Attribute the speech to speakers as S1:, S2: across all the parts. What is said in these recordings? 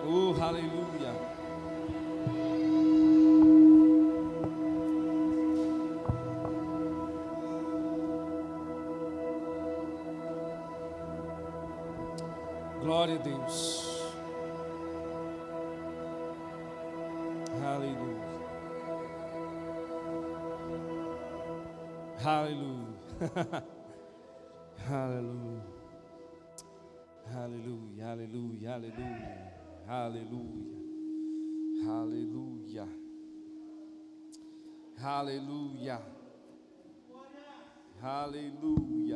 S1: Oh, aleluia. Glória a Deus. Aleluia. Aleluia. Aleluia. Aleluia, aleluia, aleluia. Aleluia. Aleluia. Aleluia. Aleluia.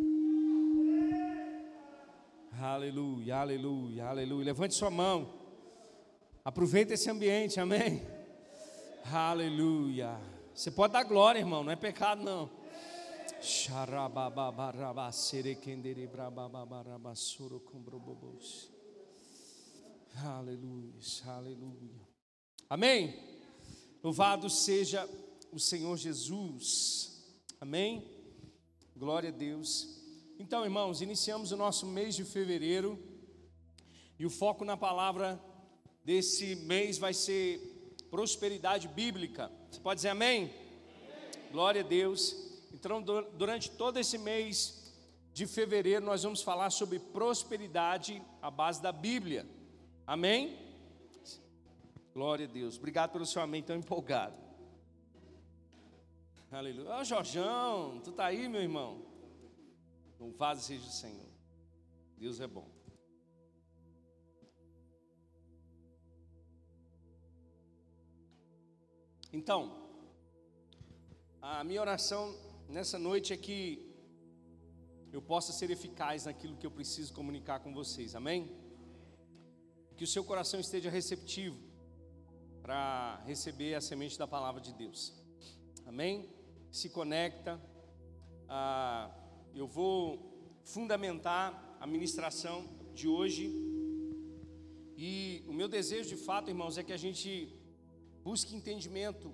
S1: Aleluia, aleluia, aleluia. Levante sua mão. Aproveita esse ambiente, amém? Aleluia. Você pode dar glória, irmão, não é pecado não. Aleluia, aleluia. Amém? Louvado seja o Senhor Jesus. Amém? Glória a Deus. Então, irmãos, iniciamos o nosso mês de fevereiro e o foco na palavra desse mês vai ser prosperidade bíblica. Você pode dizer amém? Glória a Deus. Então, durante todo esse mês de fevereiro, nós vamos falar sobre prosperidade à base da Bíblia. Amém? Glória a Deus. Obrigado pelo seu amém tão empolgado. Aleluia. Ô, Jorjão, tu tá aí, meu irmão? Louvado seja o Senhor. Deus é bom. Então, a minha oração nessa noite é que eu possa ser eficaz naquilo que eu preciso comunicar com vocês, amém? Que o seu coração esteja receptivo para receber a semente da palavra de Deus, amém? Se conecta. Eu vou fundamentar a ministração de hoje e o meu desejo de fato, irmãos, é que a gente busque entendimento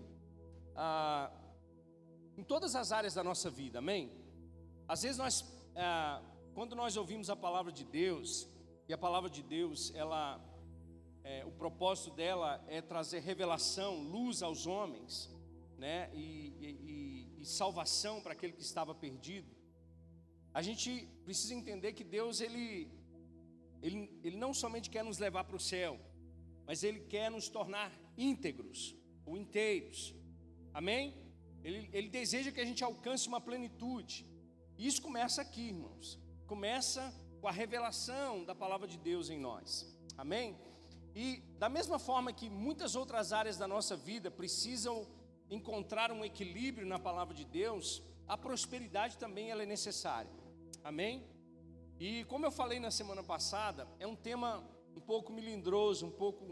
S1: em todas as áreas da nossa vida, amém? Às vezes quando nós ouvimos a palavra de Deus, e a palavra de Deus, o propósito dela é trazer revelação, luz aos homens, né? E salvação para aquele que estava perdido. A gente precisa entender que Deus, ele não somente quer nos levar para o céu, mas Ele quer nos tornar íntegros ou inteiros, amém? Ele deseja que a gente alcance uma plenitude, e isso começa aqui, irmãos, começa com a revelação da palavra de Deus em nós, amém? E da mesma forma que muitas outras áreas da nossa vida precisam encontrar um equilíbrio na palavra de Deus, a prosperidade também ela é necessária, amém? E como eu falei na semana passada, é um tema um pouco melindroso, um pouco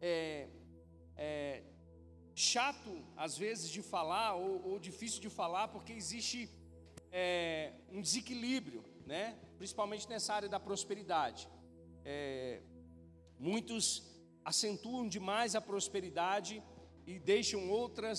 S1: chato às vezes de falar, ou difícil de falar, porque existe um desequilíbrio, né? Principalmente nessa área da prosperidade. Muitos acentuam demais a prosperidade e deixam outra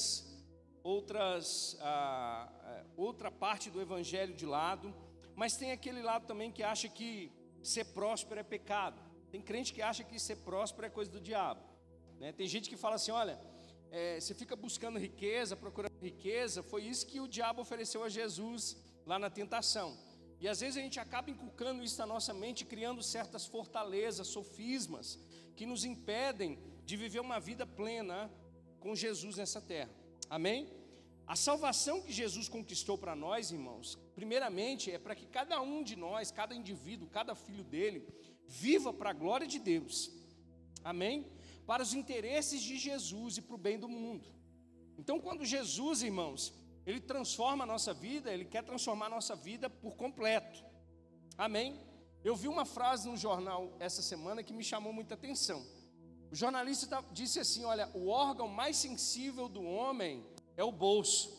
S1: parte do evangelho de lado, mas tem aquele lado também que acha que ser próspero é pecado. Tem crente que acha que ser próspero é coisa do diabo, né? Tem gente que fala assim, olha, você fica buscando riqueza, procurando riqueza, foi isso que o diabo ofereceu a Jesus lá na tentação. E às vezes a gente acaba inculcando isso na nossa mente, criando certas fortalezas, sofismas, que nos impedem de viver uma vida plena com Jesus nessa terra, amém? A salvação que Jesus conquistou para nós, irmãos, primeiramente é para que cada um de nós, cada indivíduo, cada filho dele, viva para a glória de Deus, amém? Para os interesses de Jesus e para o bem do mundo. Então, quando Jesus, irmãos, Ele transforma a nossa vida, Ele quer transformar a nossa vida por completo, amém? Eu vi uma frase no jornal essa semana que me chamou muita atenção. O jornalista disse assim, olha, o órgão mais sensível do homem é o bolso.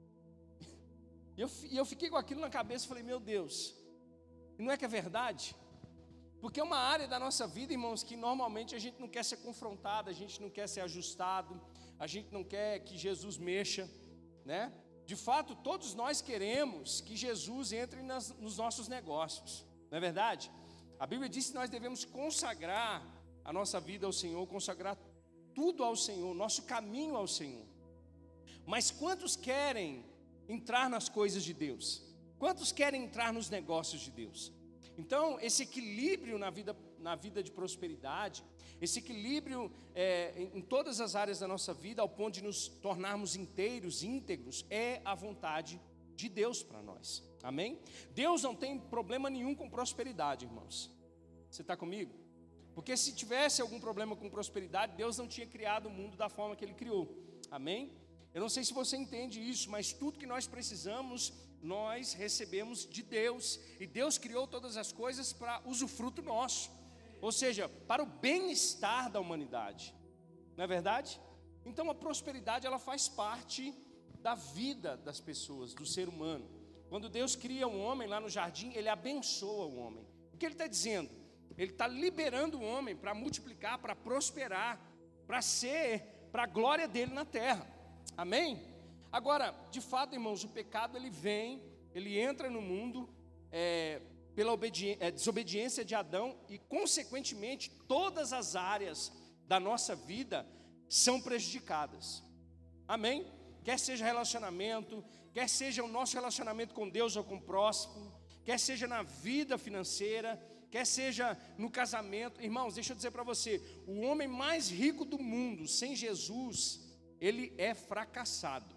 S1: E eu fiquei com aquilo na cabeça e falei, meu Deus, não é que é verdade? Porque é uma área da nossa vida, irmãos, que normalmente a gente não quer ser confrontado, a gente não quer ser ajustado, a gente não quer que Jesus mexa, né? De fato, todos nós queremos que Jesus entre nos nossos negócios, não é verdade? A Bíblia diz que nós devemos consagrar a nossa vida ao Senhor, consagrar tudo ao Senhor, nosso caminho ao Senhor. Mas quantos querem entrar nas coisas de Deus? Quantos querem entrar nos negócios de Deus? Então, esse equilíbrio na vida de prosperidade, esse equilíbrio em todas as áreas da nossa vida, ao ponto de nos tornarmos inteiros, íntegros, é a vontade de Deus para nós. Amém? Deus não tem problema nenhum com prosperidade, irmãos. Você está comigo? Porque se tivesse algum problema com prosperidade, Deus não tinha criado o mundo da forma que Ele criou. Amém? Eu não sei se você entende isso, mas tudo que nós precisamos, nós recebemos de Deus. E Deus criou todas as coisas para usufruto nosso. Ou seja, para o bem-estar da humanidade. Não é verdade? Então a prosperidade, ela faz parte da vida das pessoas, do ser humano. Quando Deus cria um homem lá no jardim, Ele abençoa o homem. O que Ele está dizendo? Ele está liberando o homem para multiplicar, para prosperar, para a glória dele na terra. Amém? Agora, de fato, irmãos, o pecado ele entra no mundo pela desobediência de Adão e, consequentemente, todas as áreas da nossa vida são prejudicadas. Amém? Quer seja relacionamento, quer seja o nosso relacionamento com Deus ou com o próximo, quer seja na vida financeira, quer seja no casamento. Irmãos, deixa eu dizer para você, o homem mais rico do mundo, sem Jesus, ele é fracassado.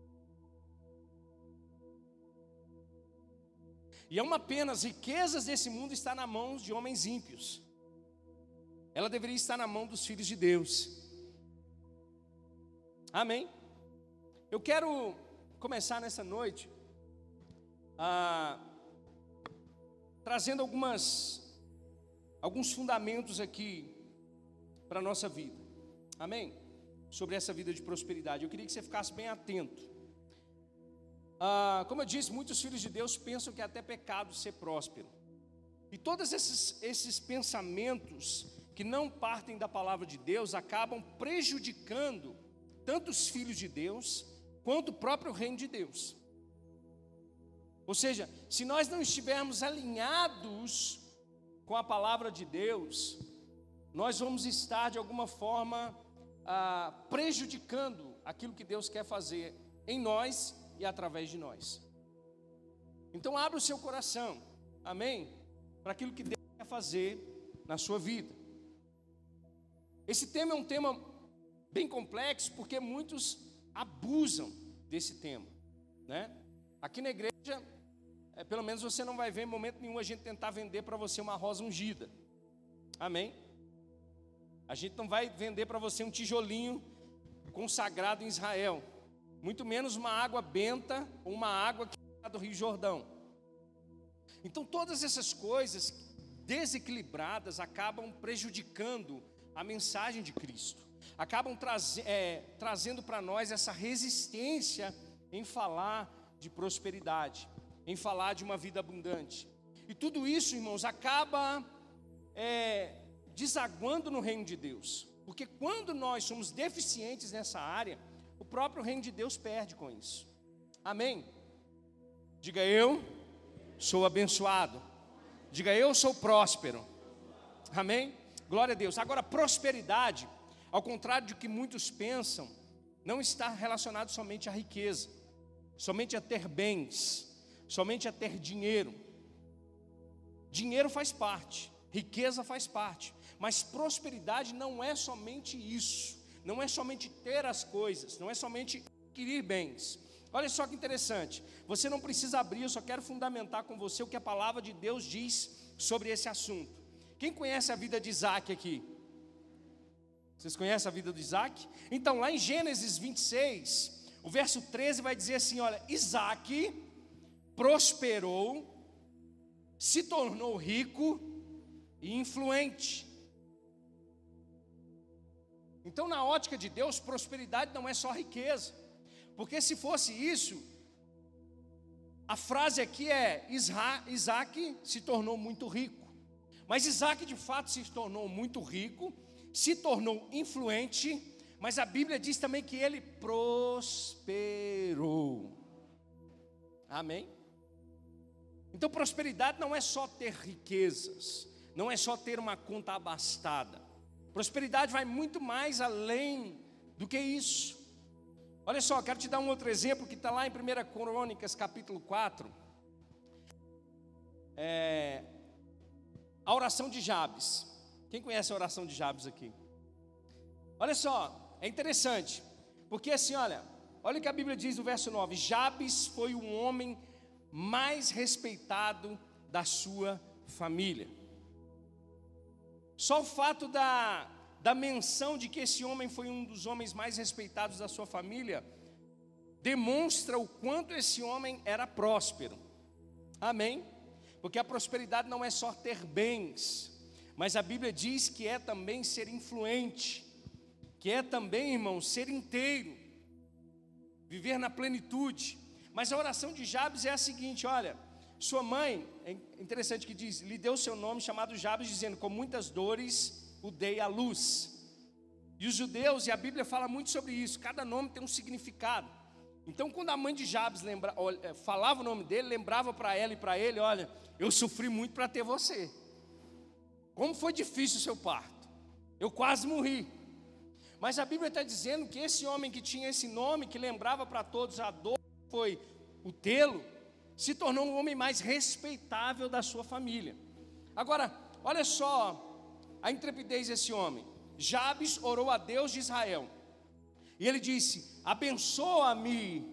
S1: E é uma pena, as riquezas desse mundo estão nas mãos de homens ímpios. Ela deveria estar na mão dos filhos de Deus. Amém? Eu quero começar nessa noite trazendo alguns fundamentos aqui para a nossa vida. Amém? Sobre essa vida de prosperidade. Eu queria que você ficasse bem atento. Como eu disse, muitos filhos de Deus pensam que é até pecado ser próspero. E todos esses pensamentos que não partem da palavra de Deus acabam prejudicando tanto os filhos de Deus quanto o próprio reino de Deus. Ou seja, se nós não estivermos alinhados com a palavra de Deus, nós vamos estar de alguma forma prejudicando aquilo que Deus quer fazer em nós e através de nós. Então abra o seu coração, amém? Para aquilo que Deus quer fazer na sua vida. Esse tema é um tema bem complexo, porque muitos abusam desse tema, né? Aqui na igreja, pelo menos você não vai ver em momento nenhum a gente tentar vender para você uma rosa ungida, amém? A gente não vai vender para você um tijolinho consagrado em Israel, muito menos uma água benta ou uma água que é do Rio Jordão. Então todas essas coisas desequilibradas acabam prejudicando a mensagem de Cristo, acabam trazendo para nós essa resistência em falar de prosperidade, em falar de uma vida abundante. E tudo isso, irmãos, acaba desaguando no reino de Deus, porque quando nós somos deficientes nessa área, o próprio reino de Deus perde com isso. Amém? Diga: eu sou abençoado. Diga: eu sou próspero. Amém? Glória a Deus. Agora, prosperidade, ao contrário do que muitos pensam, não está relacionado somente à riqueza, somente a ter bens, somente a ter dinheiro. Dinheiro faz parte, riqueza faz parte, mas prosperidade não é somente isso, não é somente ter as coisas, não é somente adquirir bens. Olha só que interessante, você não precisa abrir, eu só quero fundamentar com você o que a palavra de Deus diz sobre esse assunto. Quem conhece a vida de Isaac aqui? Vocês conhecem a vida de Isaac? Então, lá em Gênesis 26, o verso 13 vai dizer assim: olha, Isaac prosperou, se tornou rico e influente. Então, na ótica de Deus, prosperidade não é só riqueza, porque se fosse isso, a frase aqui é: Isaac se tornou muito rico. Mas Isaac de fato se tornou muito rico, se tornou influente, mas a Bíblia diz também que ele prosperou. Amém? Então prosperidade não é só ter riquezas, não é só ter uma conta abastada. Prosperidade vai muito mais além do que isso. Olha só, quero te dar um outro exemplo que está lá em 1 Crônicas, capítulo 4. A oração de Jabes. Quem conhece a oração de Jabes aqui? Olha só, é interessante, porque assim, olha o que a Bíblia diz no verso 9: Jabes foi o homem mais respeitado da sua família. Só o fato da menção de que esse homem foi um dos homens mais respeitados da sua família demonstra o quanto esse homem era próspero. Amém? Porque a prosperidade não é só ter bens, mas a Bíblia diz que é também ser influente, que é também, irmão, ser inteiro, viver na plenitude. Mas a oração de Jabes é a seguinte: olha, sua mãe, é interessante que diz, lhe deu seu nome chamado Jabes, dizendo, com muitas dores o dei à luz. E os judeus, e a Bíblia fala muito sobre isso, cada nome tem um significado. Então quando a mãe de Jabes falava o nome dele, lembrava para ela e para ele: olha, eu sofri muito para ter você. Como foi difícil o seu parto, eu quase morri. Mas a Bíblia está dizendo que esse homem que tinha esse nome, que lembrava para todos a dor que foi o tê-lo, se tornou um homem mais respeitável da sua família. Agora, olha só a intrepidez desse homem. Jabes orou a Deus de Israel, e ele disse: abençoa-me.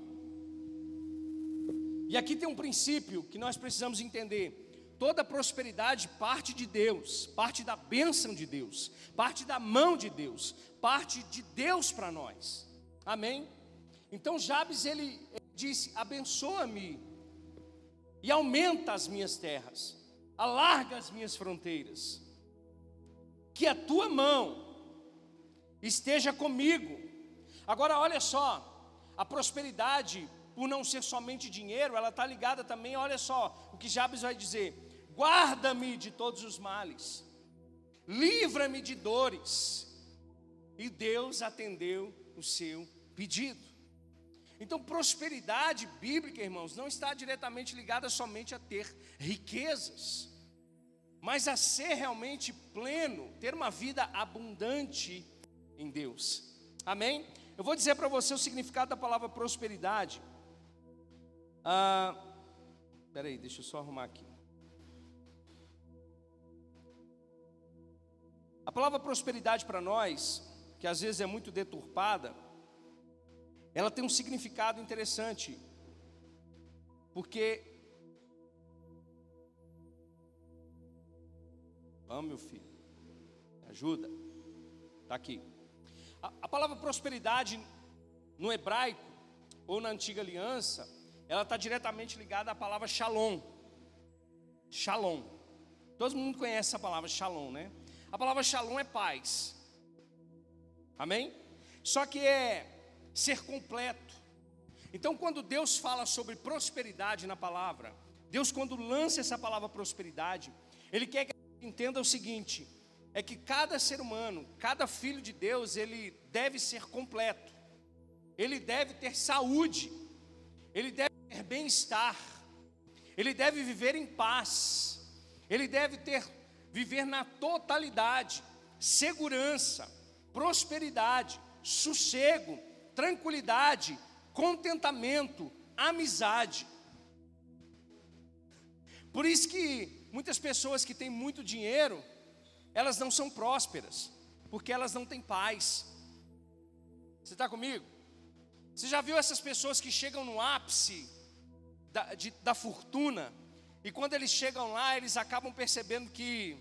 S1: E aqui tem um princípio que nós precisamos entender: toda prosperidade parte de Deus, parte da bênção de Deus, parte da mão de Deus, parte de Deus para nós. Amém? Então Jabes, ele disse: abençoa-me e aumenta as minhas terras, alarga as minhas fronteiras, que a tua mão esteja comigo. Agora olha só, a prosperidade, por não ser somente dinheiro, ela está ligada também, olha só o que Jabes vai dizer: guarda-me de todos os males, livra-me de dores. E Deus atendeu o seu pedido. Então prosperidade bíblica, irmãos, não está diretamente ligada somente a ter riquezas, mas a ser realmente pleno, ter uma vida abundante em Deus. Amém? Eu vou dizer para você o significado da palavra prosperidade. Peraí, deixa eu só arrumar aqui. A palavra prosperidade para nós, que às vezes é muito deturpada, ela tem um significado interessante, porque... Vamos, meu filho, me ajuda, está aqui. A palavra prosperidade no hebraico, ou na antiga aliança, ela está diretamente ligada à palavra shalom. Shalom, todo mundo conhece essa palavra shalom, né? A palavra shalom é paz, amém? Só que é ser completo. Então quando Deus fala sobre prosperidade na palavra, Deus, quando lança essa palavra prosperidade, Ele quer que a gente entenda o seguinte: é que cada ser humano, cada filho de Deus, ele deve ser completo, ele deve ter saúde, ele deve ter bem-estar, ele deve viver em paz, ele deve viver na totalidade, segurança, prosperidade, sossego, tranquilidade, contentamento, amizade. Por isso que muitas pessoas que têm muito dinheiro, elas não são prósperas, porque elas não têm paz. Você está comigo? Você já viu essas pessoas que chegam no ápice da fortuna, e quando eles chegam lá, eles acabam percebendo que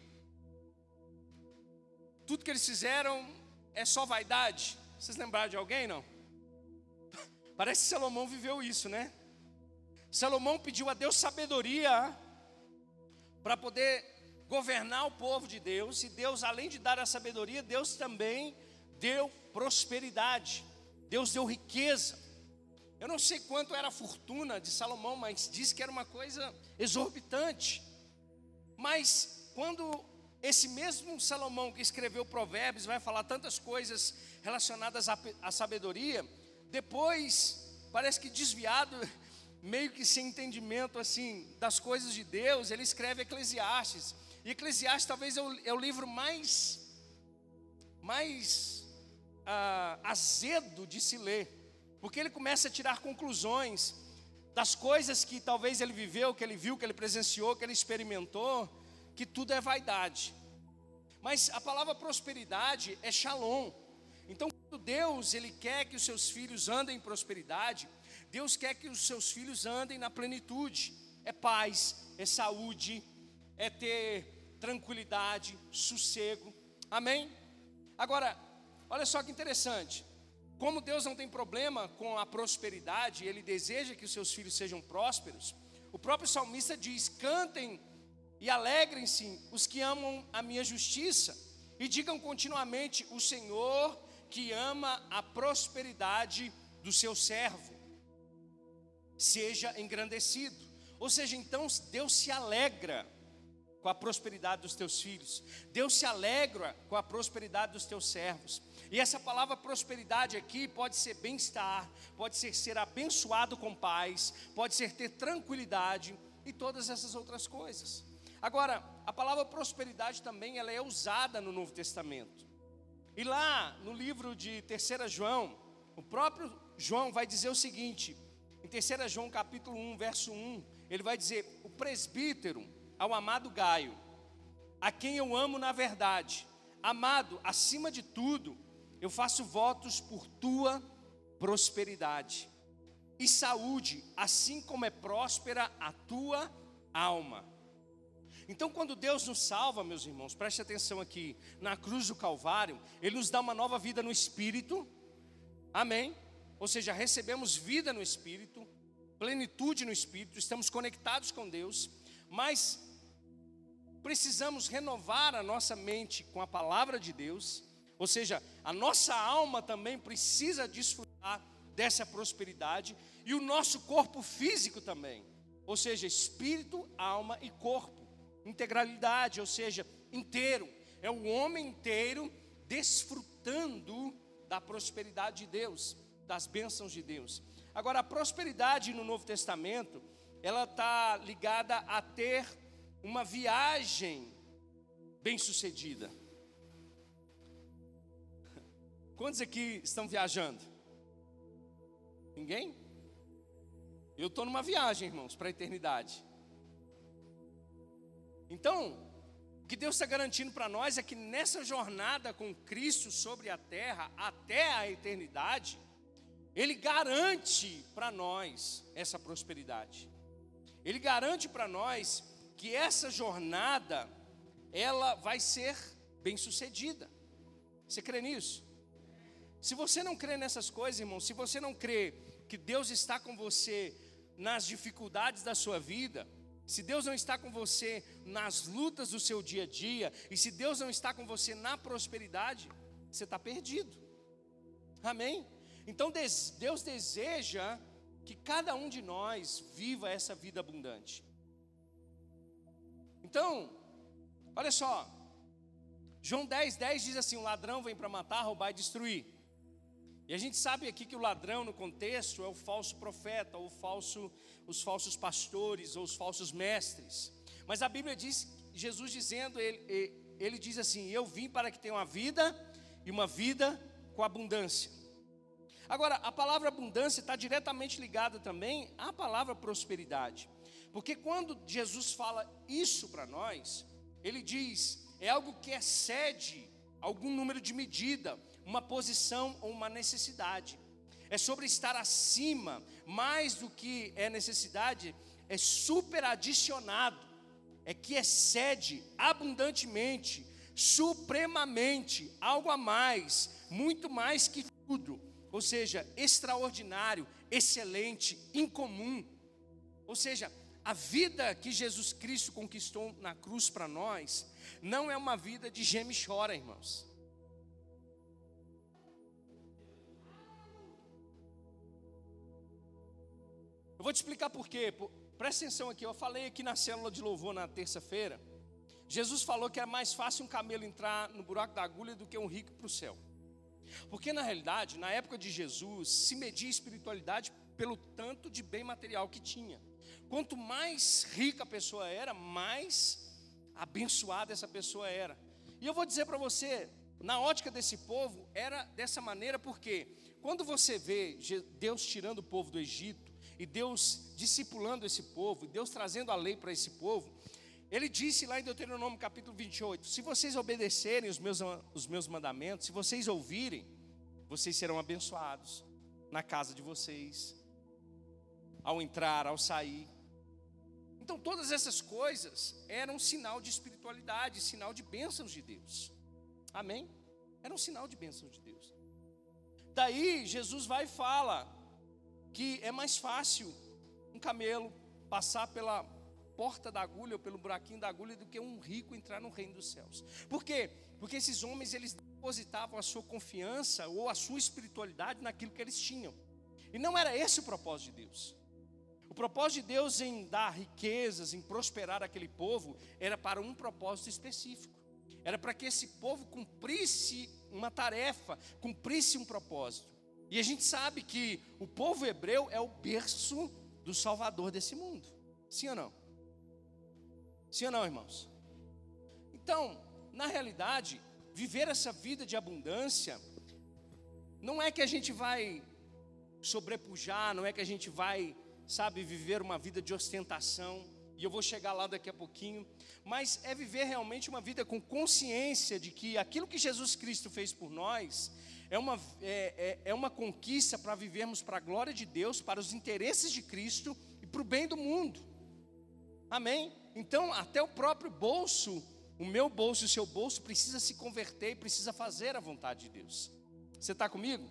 S1: tudo que eles fizeram é só vaidade? Vocês lembraram de alguém, não? Parece que Salomão viveu isso, né? Salomão pediu a Deus sabedoria para poder governar o povo de Deus, e Deus, além de dar a sabedoria, Deus também deu prosperidade, Deus deu riqueza. Eu não sei quanto era a fortuna de Salomão, mas diz que era uma coisa exorbitante. Mas quando esse mesmo Salomão que escreveu Provérbios vai falar tantas coisas relacionadas à sabedoria, depois parece que desviado, meio que sem entendimento assim das coisas de Deus, ele escreve Eclesiastes. E Eclesiastes talvez é o livro mais mais azedo de se ler, porque ele começa a tirar conclusões das coisas que talvez ele viveu, que ele viu, que ele presenciou, que ele experimentou, que tudo é vaidade. Mas a palavra prosperidade é shalom. Então, quando Deus ele quer que os seus filhos andem em prosperidade, Deus quer que os seus filhos andem na plenitude. É paz, é saúde, é ter tranquilidade, sossego. Amém? Agora, olha só que interessante. Como Deus não tem problema com a prosperidade, Ele deseja que os seus filhos sejam prósperos, o próprio salmista diz: cantem e alegrem-se os que amam a minha justiça, e digam continuamente: o Senhor que ama a prosperidade do seu servo, seja engrandecido. Ou seja, então Deus se alegra com a prosperidade dos teus filhos, Deus se alegra com a prosperidade dos teus servos. E essa palavra prosperidade aqui pode ser bem-estar, pode ser abençoado com paz, pode ser ter tranquilidade e todas essas outras coisas. Agora, a palavra prosperidade também ela é usada no Novo Testamento. E lá no livro de 3 João, o próprio João vai dizer o seguinte, em 3 João capítulo 1, verso 1, ele vai dizer: o presbítero ao amado Gaio, a quem eu amo na verdade, amado, acima de tudo, eu faço votos por tua prosperidade e saúde, assim como é próspera a tua alma. Então, quando Deus nos salva, meus irmãos, preste atenção aqui, na cruz do Calvário, Ele nos dá uma nova vida no Espírito, amém? Ou seja, recebemos vida no Espírito, plenitude no Espírito, estamos conectados com Deus, mas precisamos renovar a nossa mente com a palavra de Deus, ou seja, a nossa alma também precisa desfrutar dessa prosperidade, e o nosso corpo físico também, ou seja, espírito, alma e corpo, integralidade, ou seja, inteiro, é o homem inteiro desfrutando da prosperidade de Deus, das bênçãos de Deus. Agora, a prosperidade no Novo Testamento, ela está ligada a ter uma viagem bem-sucedida. Quantos aqui estão viajando? Ninguém? Eu estou numa viagem, irmãos, para a eternidade. Então, o que Deus está garantindo para nós é que nessa jornada com Cristo sobre a terra, até a eternidade, Ele garante para nós essa prosperidade. Ele garante para nós que essa jornada, ela vai ser bem-sucedida. Você crê nisso? Se você não crê nessas coisas, irmão, se você não crê que Deus está com você nas dificuldades da sua vida, se Deus não está com você nas lutas do seu dia a dia, e se Deus não está com você na prosperidade, você está perdido. Amém? Então Deus deseja que cada um de nós viva essa vida abundante. Então, olha só, João 10:10 diz assim: o ladrão vem para matar, roubar e destruir. E a gente sabe aqui que o ladrão no contexto é o falso profeta, ou os falsos pastores, ou os falsos mestres. Mas a Bíblia diz, Jesus dizendo, ele diz assim: eu vim para que tenham uma vida, e uma vida com abundância. Agora, a palavra abundância está diretamente ligada também à palavra prosperidade. Porque quando Jesus fala isso para nós, Ele diz, é algo que excede algum número de medida, uma posição ou uma necessidade. É sobre estar acima, mais do que é necessidade, é superadicionado, é que excede abundantemente, supremamente, algo a mais, muito mais que tudo. Ou seja, extraordinário, excelente, incomum. Ou seja, a vida que Jesus Cristo conquistou na cruz para nós, não é uma vida de geme e chora, irmãos. Eu vou te explicar por quê. Presta atenção aqui, eu falei aqui na célula de louvor na terça-feira. Jesus falou que é mais fácil um camelo entrar no buraco da agulha do que um rico para o céu. Porque na realidade, na época de Jesus, se media a espiritualidade pelo tanto de bem material que tinha. Quanto mais rica a pessoa era, mais abençoada essa pessoa era. E eu vou dizer para você, Na ótica desse povo, era dessa maneira, porque quando você vê Deus tirando o povo do Egito, e Deus discipulando esse povo, e Deus trazendo a lei para esse povo, Ele disse lá em Deuteronômio capítulo 28, se vocês obedecerem os meus mandamentos, se vocês ouvirem, vocês serão abençoados na casa de vocês, ao entrar, ao sair. Então todas essas coisas eram sinal de espiritualidade, sinal de bênçãos de Deus. Amém? Era um sinal de bênção de Deus. Daí Jesus vai e fala que é mais fácil um camelo passar pela porta da agulha ou pelo buraquinho da agulha do que um rico entrar no reino dos céus. Por quê? Porque esses homens, eles depositavam a sua confiança ou a sua espiritualidade naquilo que eles tinham. E não era esse o propósito de Deus. O propósito de Deus em dar riquezas, em prosperar aquele povo, era para um propósito específico. Era para que esse povo cumprisse uma tarefa, cumprisse um propósito. E a gente sabe que o povo hebreu é o berço do Salvador desse mundo. Sim ou não? Sim ou não, irmãos? Então, na realidade, viver essa vida de abundância, não é que a gente vai sobrepujar, não é que a gente vai, viver uma vida de ostentação, e eu vou chegar lá daqui a pouquinho, mas é viver realmente uma vida com consciência de que aquilo que Jesus Cristo fez por nós é uma conquista para vivermos para a glória de Deus, para os interesses de Cristo e para o bem do mundo. Amém? Então, até o próprio bolso, o meu bolso e o seu bolso, precisa se converter e precisa fazer a vontade de Deus. Você está comigo?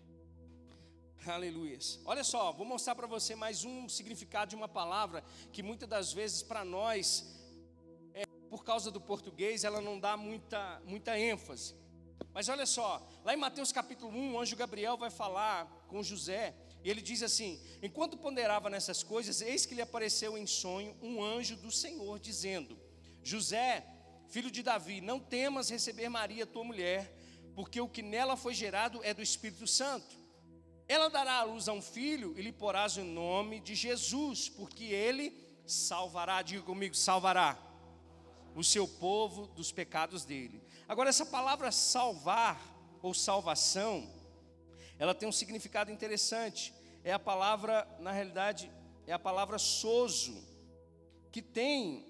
S1: Aleluia. Olha só, vou mostrar para você mais um significado de uma palavra que muitas das vezes para nós, por causa do português, ela não dá muita ênfase. Mas olha só, lá em Mateus capítulo 1, o anjo Gabriel vai falar com José, e ele diz assim: enquanto ponderava nessas coisas, eis que lhe apareceu em sonho um anjo do Senhor, dizendo: José, filho de Davi, não temas receber Maria, tua mulher, porque o que nela foi gerado é do Espírito Santo. Ela dará à luz a um filho e lhe porás o nome de Jesus, porque ele salvará, diga comigo, salvará o seu povo dos pecados dele. Agora, essa palavra salvar ou salvação, ela tem um significado interessante. É a palavra, na realidade, é a palavra sozo, que tem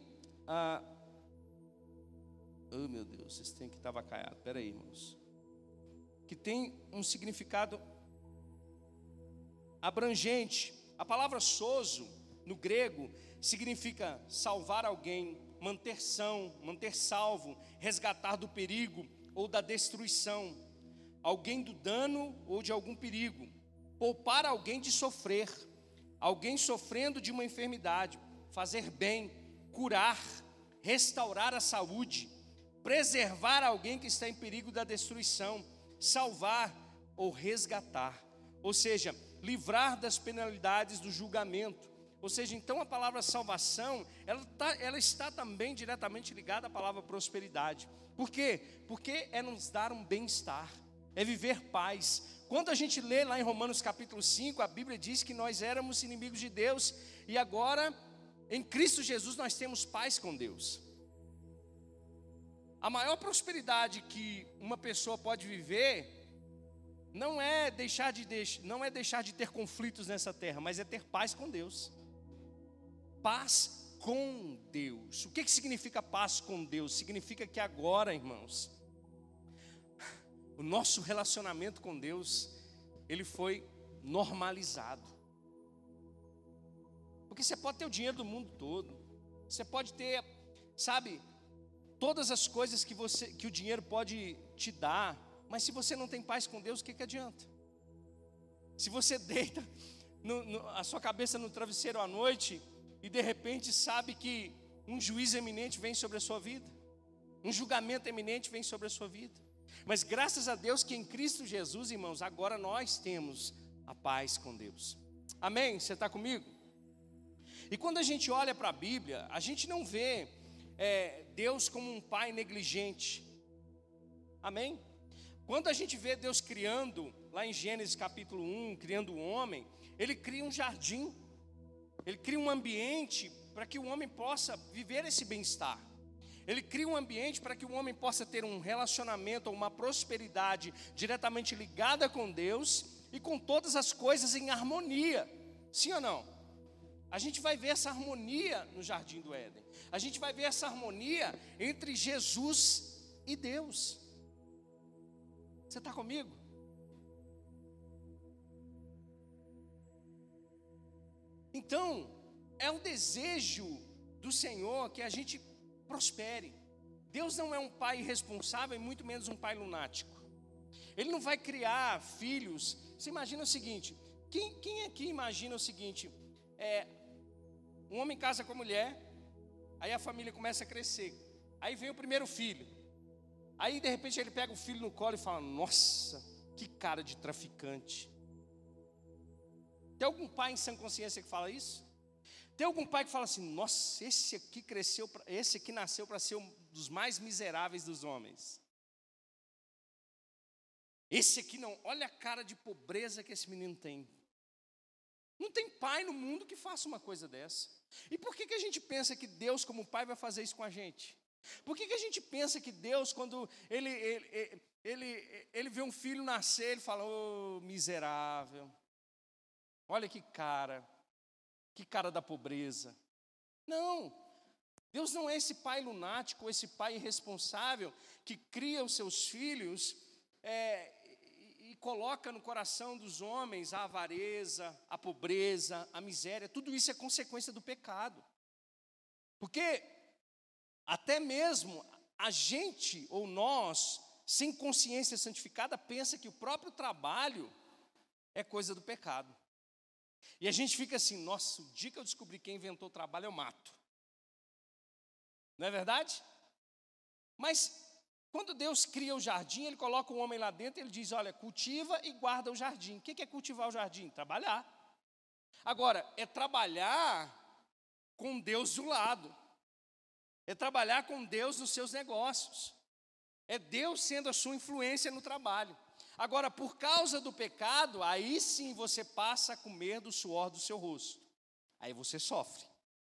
S1: oh meu Deus, esse tem que estar vacaiado, espera aí, irmãos. Que tem um significado abrangente. A palavra sozo, no grego, significa salvar alguém, manter são, manter salvo, resgatar do perigo ou da destruição, alguém do dano ou de algum perigo, poupar alguém de sofrer, alguém sofrendo de uma enfermidade, fazer bem, curar, restaurar a saúde, preservar alguém que está em perigo da destruição, salvar ou resgatar, ou seja, livrar das penalidades do julgamento. Ou seja, então a palavra salvação, ela está também diretamente ligada à palavra prosperidade. Por quê? Porque é nos dar um bem-estar, é viver paz. Quando a gente lê lá em Romanos capítulo 5, a Bíblia diz que nós éramos inimigos de Deus, e agora, em Cristo Jesus, nós temos paz com Deus. A maior prosperidade que uma pessoa pode viver não é deixar de ter conflitos nessa terra, mas é ter paz com Deus. Paz com Deus. O que significa paz com Deus? Significa que agora, irmãos, o nosso relacionamento com Deus, ele foi normalizado. Porque você pode ter o dinheiro do mundo todo, você pode ter, todas as coisas que o dinheiro pode te dar, mas se você não tem paz com Deus, o que adianta? Se você deita a sua cabeça no travesseiro à noite e de repente sabe que um juízo eminente vem sobre a sua vida, um julgamento eminente vem sobre a sua vida, mas graças a Deus que em Cristo Jesus, irmãos, agora nós temos a paz com Deus. Amém? Você está comigo? E quando a gente olha para a Bíblia, a gente não vê Deus como um pai negligente. Amém? Quando a gente vê Deus criando, lá em Gênesis capítulo 1, criando o homem, Ele cria um jardim, Ele cria um ambiente para que o homem possa viver esse bem-estar. Ele cria um ambiente para que o homem possa ter um relacionamento, uma prosperidade diretamente ligada com Deus e com todas as coisas em harmonia. Sim ou não? A gente vai ver essa harmonia no Jardim do Éden. A gente vai ver essa harmonia entre Jesus e Deus. Você está comigo? Então, é um desejo do Senhor que a gente prospere. Deus não é um pai irresponsável e muito menos um pai lunático. Ele não vai criar filhos. Você imagina o seguinte, quem aqui imagina o seguinte, um homem casa com a mulher, aí a família começa a crescer, aí vem o primeiro filho, aí de repente ele pega o filho no colo e fala, nossa, que cara de traficante. Tem algum pai em sã consciência que fala isso? Tem algum pai que fala assim, nossa, esse aqui nasceu para ser um dos mais miseráveis dos homens. Esse aqui não, olha a cara de pobreza que esse menino tem. Não tem pai no mundo que faça uma coisa dessa. E por que a gente pensa que Deus como pai vai fazer isso com a gente? Por que a gente pensa que Deus, quando ele vê um filho nascer, ele fala, ô miserável, olha que cara da pobreza. Não, Deus não é esse pai lunático, esse pai irresponsável que cria os seus filhos e coloca no coração dos homens a avareza, a pobreza, a miséria. Tudo isso é consequência do pecado. Porque até mesmo a gente ou nós, sem consciência santificada, pensa que o próprio trabalho é coisa do pecado. E a gente fica assim, nossa, o dia que eu descobrir quem inventou o trabalho, eu mato. Não é verdade? Mas quando Deus cria o jardim, Ele coloca o homem lá dentro, Ele diz, olha, cultiva e guarda o jardim. O que é cultivar o jardim? Trabalhar. Agora, é trabalhar com Deus do lado. É trabalhar com Deus nos seus negócios. É Deus sendo a sua influência no trabalho. Agora, por causa do pecado, aí sim você passa a comer do suor do seu rosto. Aí você sofre.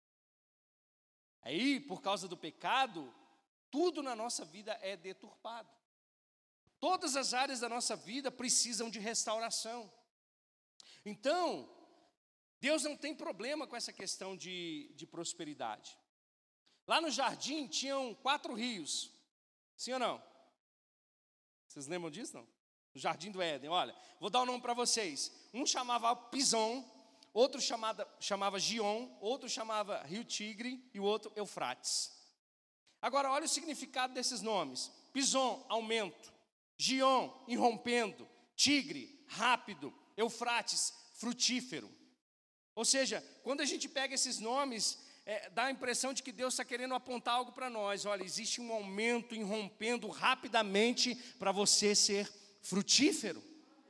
S1: Aí, por causa do pecado, tudo na nossa vida é deturpado. Todas as áreas da nossa vida precisam de restauração. Então, Deus não tem problema com essa questão de prosperidade. Lá no jardim tinham 4 rios. Sim ou não? Vocês lembram disso, não? No Jardim do Éden, olha, vou dar o nome para vocês. Um chamava Pison, outro chamava Gion, outro chamava Rio Tigre e o outro Eufrates. Agora, olha o significado desses nomes. Pison, aumento. Gion, irrompendo. Tigre, rápido. Eufrates, frutífero. Ou seja, quando a gente pega esses nomes, dá a impressão de que Deus está querendo apontar algo para nós. Olha, existe um aumento irrompendo rapidamente para você ser frutífero.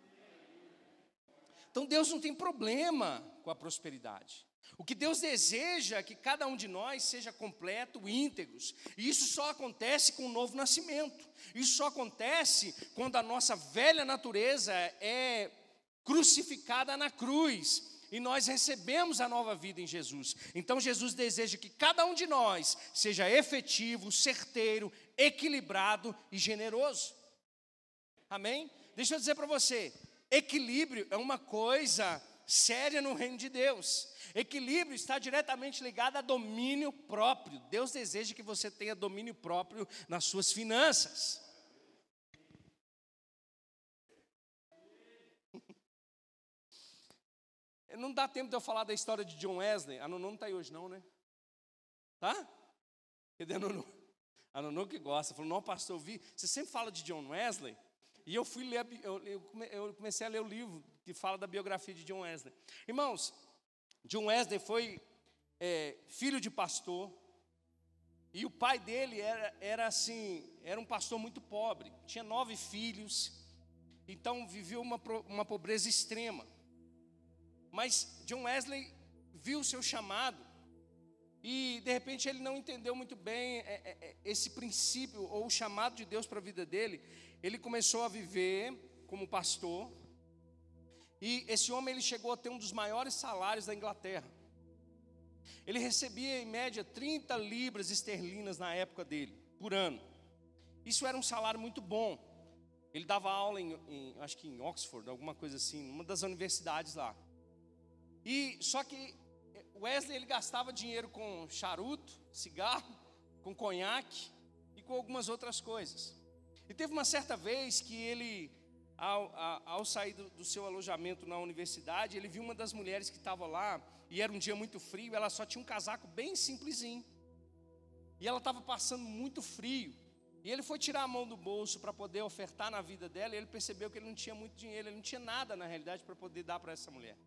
S1: Então Deus não tem problema com a prosperidade. O que Deus deseja é que cada um de nós seja completo, íntegros. E isso só acontece com o novo nascimento. Isso só acontece quando a nossa velha natureza é crucificada na cruz. E nós recebemos a nova vida em Jesus. Então Jesus deseja que cada um de nós seja efetivo, certeiro, equilibrado e generoso. Amém? Deixa eu dizer para você, equilíbrio é uma coisa séria no reino de Deus. Equilíbrio está diretamente ligado a domínio próprio. Deus deseja que você tenha domínio próprio nas suas finanças. Não dá tempo de eu falar da história de John Wesley. A Nunu não está aí hoje não, né? Tá? Cadê a Nunu? A Nunu que gosta. Falou, não, pastor, eu vi. Você sempre fala de John Wesley? E eu fui ler, eu comecei a ler o livro que fala da biografia de John Wesley. Irmãos, John Wesley foi filho de pastor. E o pai dele era um pastor muito pobre. Tinha 9 filhos. Então viveu uma pobreza extrema. Mas John Wesley viu o seu chamado. E de repente ele não entendeu muito bem esse princípio ou o chamado de Deus para a vida dele. Ele começou a viver como pastor. E esse homem ele chegou a ter um dos maiores salários da Inglaterra. Ele recebia em média 30 libras esterlinas na época dele, por ano. Isso era um salário muito bom. Ele dava aula acho que em Oxford, alguma coisa assim, uma das universidades lá. E só que Wesley, ele gastava dinheiro com charuto, cigarro, com conhaque e com algumas outras coisas. E teve uma certa vez que ele, ao sair do seu alojamento na universidade, ele viu uma das mulheres que estava lá, e era um dia muito frio, ela só tinha um casaco bem simplesinho. E ela estava passando muito frio. E ele foi tirar a mão do bolso para poder ofertar na vida dela, e ele percebeu que ele não tinha muito dinheiro, ele não tinha nada na realidade para poder dar para essa mulher.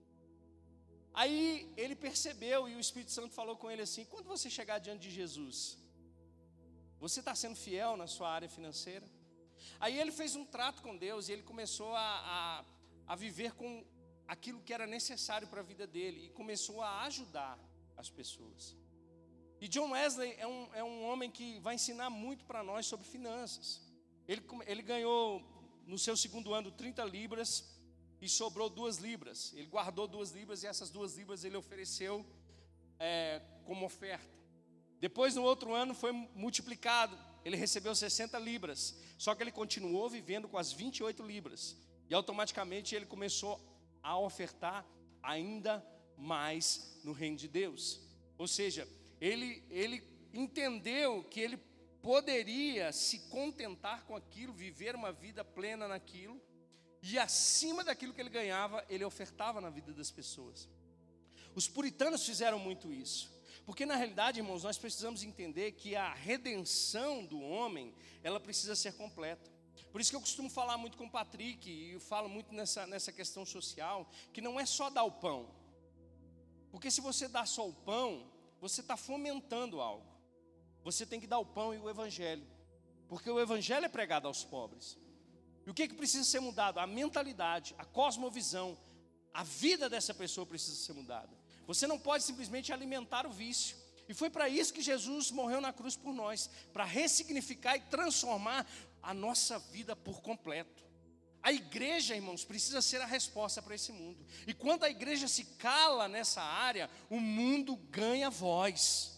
S1: Aí ele percebeu, e o Espírito Santo falou com ele assim: quando você chegar diante de Jesus, você está sendo fiel na sua área financeira? Aí ele fez um trato com Deus, e ele começou a viver com aquilo que era necessário para a vida dele, e começou a ajudar as pessoas. E John Wesley é um homem que vai ensinar muito para nós sobre finanças. Ele ganhou no seu segundo ano 30 libras e sobrou 2 libras. Ele guardou 2 libras e essas 2 libras ele ofereceu como oferta. Depois, no outro ano, foi multiplicado. Ele recebeu 60 libras. Só que ele continuou vivendo com as 28 libras. E automaticamente ele começou a ofertar ainda mais no reino de Deus. Ou seja, ele entendeu que ele poderia se contentar com aquilo, viver uma vida plena naquilo, e acima daquilo que ele ganhava, ele ofertava na vida das pessoas. Os puritanos fizeram muito isso, porque na realidade, irmãos, nós precisamos entender que a redenção do homem, ela precisa ser completa. Por isso que eu costumo falar muito com o Patrick, e eu falo muito nessa questão social, que não é só dar o pão, porque se você dá só o pão, você está fomentando algo. Você tem que dar o pão e o evangelho, porque o evangelho é pregado aos pobres. E o que precisa ser mudado? A mentalidade, a cosmovisão, a vida dessa pessoa precisa ser mudada. Você não pode simplesmente alimentar o vício. E foi para isso que Jesus morreu na cruz por nós, para ressignificar e transformar a nossa vida por completo. A igreja, irmãos, precisa ser a resposta para esse mundo. E quando a igreja se cala nessa área, o mundo ganha voz.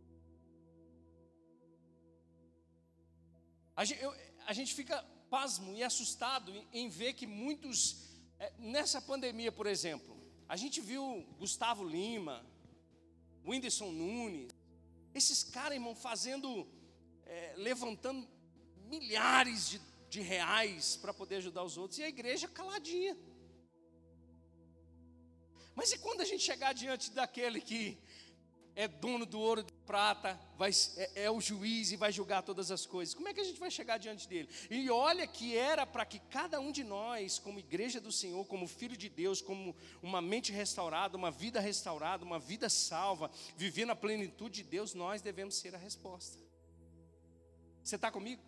S1: A gente fica pasmo e assustado em ver que muitos, nessa pandemia, por exemplo, a gente viu Gustavo Lima, Whindersson Nunes, esses caras, irmão, levantando milhares de reais para poder ajudar os outros, e a igreja caladinha. Mas e quando a gente chegar diante daquele que é dono do ouro e da prata, é o juiz e vai julgar todas as coisas, como é que a gente vai chegar diante dele? E olha que era para que cada um de nós, como igreja do Senhor, como filho de Deus, como uma mente restaurada, uma vida salva, vivendo a plenitude de Deus, nós devemos ser a resposta. Você está comigo?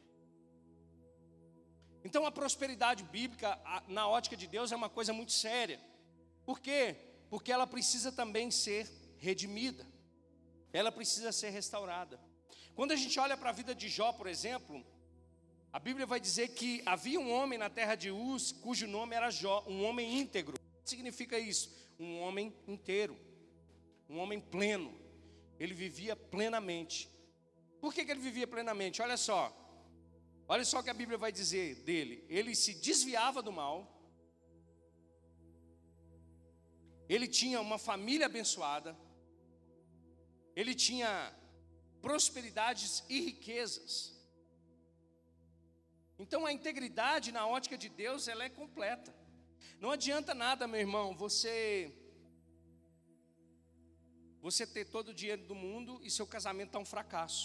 S1: Então a prosperidade bíblica, na ótica de Deus, é uma coisa muito séria. Por quê? Porque ela precisa também ser redimida. Ela precisa ser restaurada. Quando a gente olha para a vida de Jó, por exemplo, a Bíblia vai dizer que havia um homem na terra de Uz, cujo nome era Jó, um homem íntegro. O que significa isso? Um homem inteiro, um homem pleno. Ele vivia plenamente. Por que ele vivia plenamente? Olha só o que a Bíblia vai dizer dele. Ele se desviava do mal. Ele tinha uma família abençoada. Ele tinha prosperidades e riquezas. Então a integridade na ótica de Deus, ela é completa. Não adianta nada, meu irmão, você ter todo o dinheiro do mundo e seu casamento está um fracasso.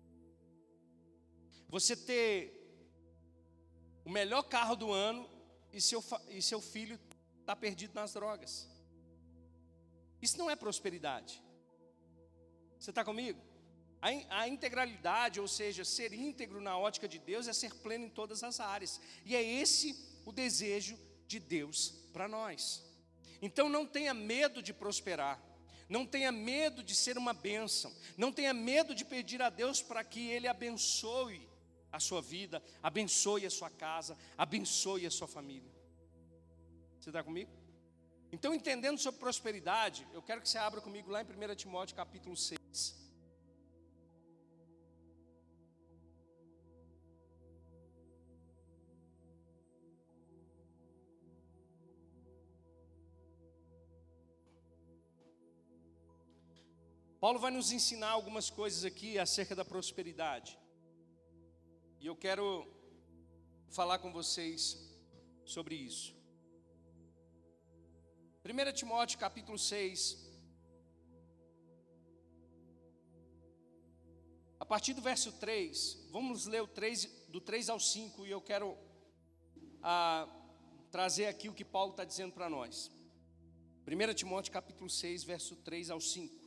S1: Você ter o melhor carro do ano e seu filho está perdido nas drogas. Isso não é prosperidade. Você está comigo? A integralidade, ou seja, ser íntegro na ótica de Deus, é ser pleno em todas as áreas. E é esse o desejo de Deus para nós. Então não tenha medo de prosperar. Não tenha medo de ser uma bênção. Não tenha medo de pedir a Deus para que Ele abençoe a sua vida, abençoe a sua casa, abençoe a sua família. Você está comigo? Então, entendendo sobre prosperidade, eu quero que você abra comigo lá em 1 Timóteo capítulo 6. Paulo vai nos ensinar algumas coisas aqui acerca da prosperidade. E eu quero falar com vocês sobre isso. 1 Timóteo capítulo 6, a partir do verso 3, vamos ler do 3 ao 5, e eu quero trazer aqui o que Paulo está dizendo para nós. 1 Timóteo capítulo 6, verso 3 ao 5.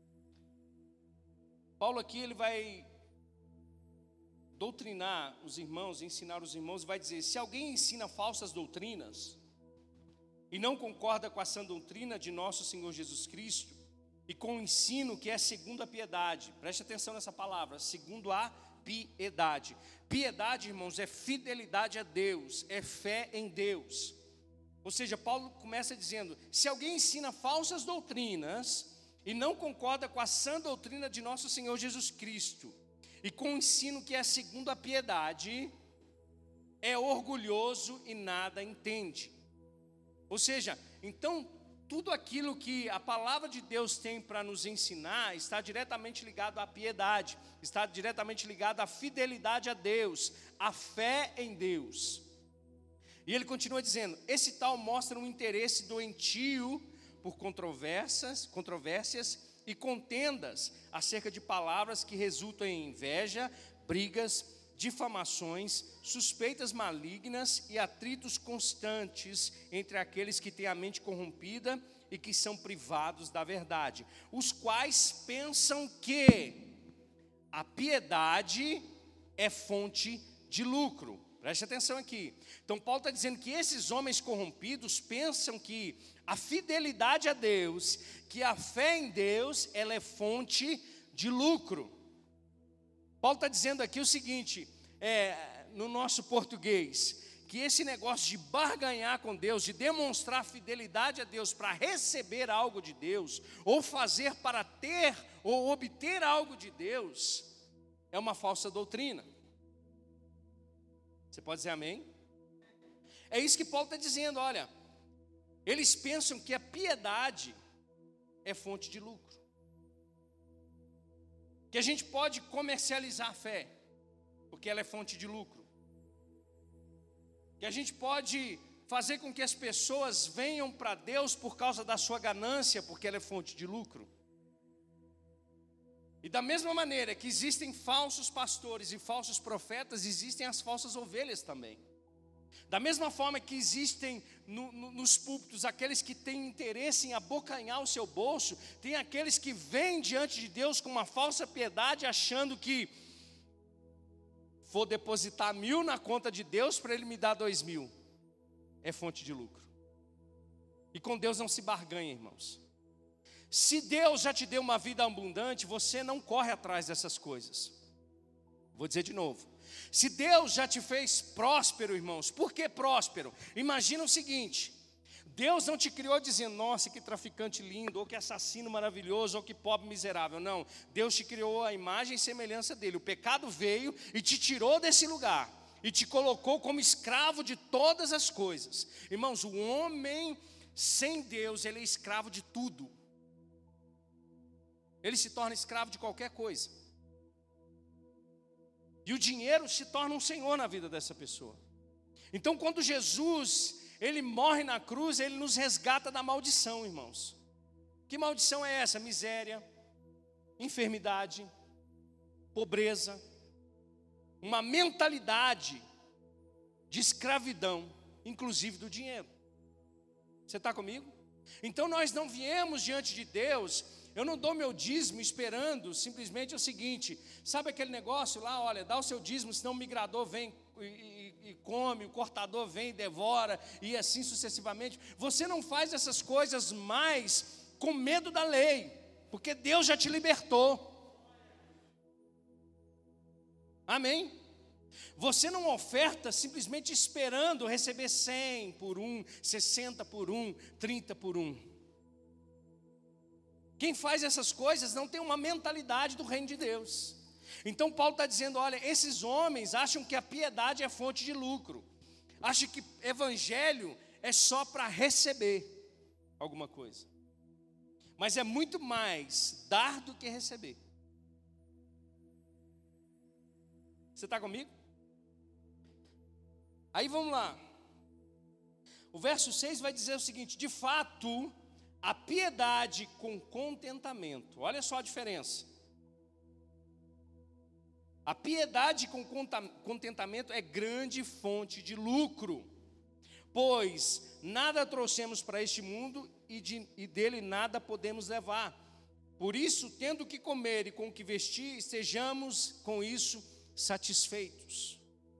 S1: Paulo aqui ele vai doutrinar os irmãos, ensinar os irmãos, vai dizer: se alguém ensina falsas doutrinas e não concorda com a sã doutrina de nosso Senhor Jesus Cristo e com o ensino que é segundo a piedade, preste atenção nessa palavra, segundo a piedade. Piedade, irmãos, é fidelidade a Deus, é fé em Deus. Ou seja, Paulo começa dizendo: se alguém ensina falsas doutrinas e não concorda com a sã doutrina de nosso Senhor Jesus Cristo e com o ensino que é segundo a piedade, é orgulhoso e nada entende. Ou seja, então, tudo aquilo que a palavra de Deus tem para nos ensinar está diretamente ligado à piedade, está diretamente ligado à fidelidade a Deus, à fé em Deus. E ele continua dizendo: esse tal mostra um interesse doentio por controvérsias e contendas acerca de palavras que resultam em inveja, brigas, difamações, suspeitas malignas e atritos constantes entre aqueles que têm a mente corrompida e que são privados da verdade, os quais pensam que a piedade é fonte de lucro. Preste atenção aqui. Então Paulo está dizendo que esses homens corrompidos pensam que a fidelidade a Deus, que a fé em Deus, ela é fonte de lucro. Paulo está dizendo aqui o seguinte, no nosso português, que esse negócio de barganhar com Deus, de demonstrar fidelidade a Deus para receber algo de Deus, ou fazer para ter ou obter algo de Deus, é uma falsa doutrina. Você pode dizer amém? É isso que Paulo está dizendo, olha, eles pensam que a piedade é fonte de lucro, que a gente pode comercializar a fé, porque ela é fonte de lucro, que a gente pode fazer com que as pessoas venham para Deus por causa da sua ganância, porque ela é fonte de lucro. E da mesma maneira que existem falsos pastores e falsos profetas, existem as falsas ovelhas também. Da mesma forma que existem nos púlpitos aqueles que têm interesse em abocanhar o seu bolso, tem aqueles que vêm diante de Deus com uma falsa piedade, achando que vou depositar 1.000 na conta de Deus para Ele me dar 2.000. É fonte de lucro. E com Deus não se barganha, irmãos. Se Deus já te deu uma vida abundante, você não corre atrás dessas coisas. Vou dizer de novo. Se Deus já te fez próspero, irmãos, por que próspero? Imagina o seguinte: Deus não te criou dizendo, nossa, que traficante lindo, ou que assassino maravilhoso, ou que pobre miserável. Não, Deus te criou a imagem e semelhança dele. O pecado veio e te tirou desse lugar, e te colocou como escravo de todas as coisas. Irmãos, o homem sem Deus, ele é escravo de tudo. Ele se torna escravo de qualquer coisa. E o dinheiro se torna um senhor na vida dessa pessoa. Então, quando Jesus, ele morre na cruz, ele nos resgata da maldição, irmãos. Que maldição é essa? Miséria, enfermidade, pobreza, uma mentalidade de escravidão, inclusive do dinheiro. Você está comigo? Então, nós não viemos diante de Deus. Eu não dou meu dízimo esperando simplesmente o seguinte, sabe aquele negócio lá, olha, dá o seu dízimo, senão o migrador vem e come, o cortador vem e devora, e assim sucessivamente. Você não faz essas coisas mais com medo da lei, porque Deus já te libertou. Amém? Você não oferta simplesmente esperando receber 100 por 1, 60 por 1, 30 por 1. Quem faz essas coisas não tem uma mentalidade do reino de Deus. Então Paulo está dizendo, olha, esses homens acham que a piedade é fonte de lucro. Acham que evangelho é só para receber alguma coisa. Mas é muito mais dar do que receber. Você está comigo? Aí vamos lá. O verso 6 vai dizer o seguinte: de fato, a piedade com contentamento. Olha só a diferença. A piedade com contentamento é grande fonte de lucro, pois nada trouxemos para este mundo e dele nada podemos levar. Por isso, tendo o que comer e com o que vestir, estejamos com isso satisfeitos.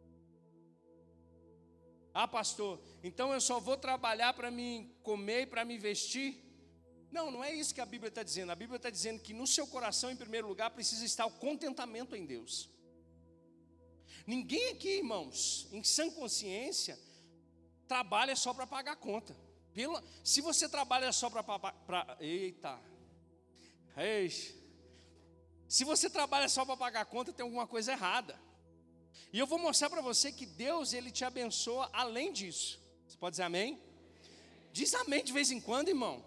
S1: Ah, pastor, então eu só vou trabalhar para me comer e para me vestir? Não, não é isso que a Bíblia está dizendo. A Bíblia está dizendo que no seu coração, em primeiro lugar, precisa estar o contentamento em Deus. Ninguém aqui, irmãos, em sã consciência, trabalha só para pagar a conta. Se você trabalha só se você trabalha só para pagar a conta, tem alguma coisa errada. E eu vou mostrar para você que Deus, Ele te abençoa além disso. Você pode dizer amém? Diz amém de vez em quando, irmão.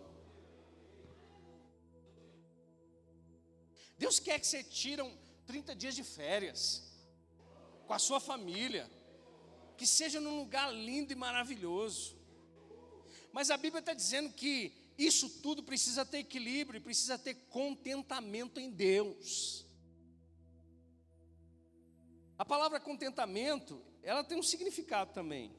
S1: Deus quer que você tire 30 dias de férias com a sua família, que seja num lugar lindo e maravilhoso. Mas a Bíblia está dizendo que isso tudo precisa ter equilíbrio, precisa ter contentamento em Deus. A palavra contentamento, ela tem um significado também.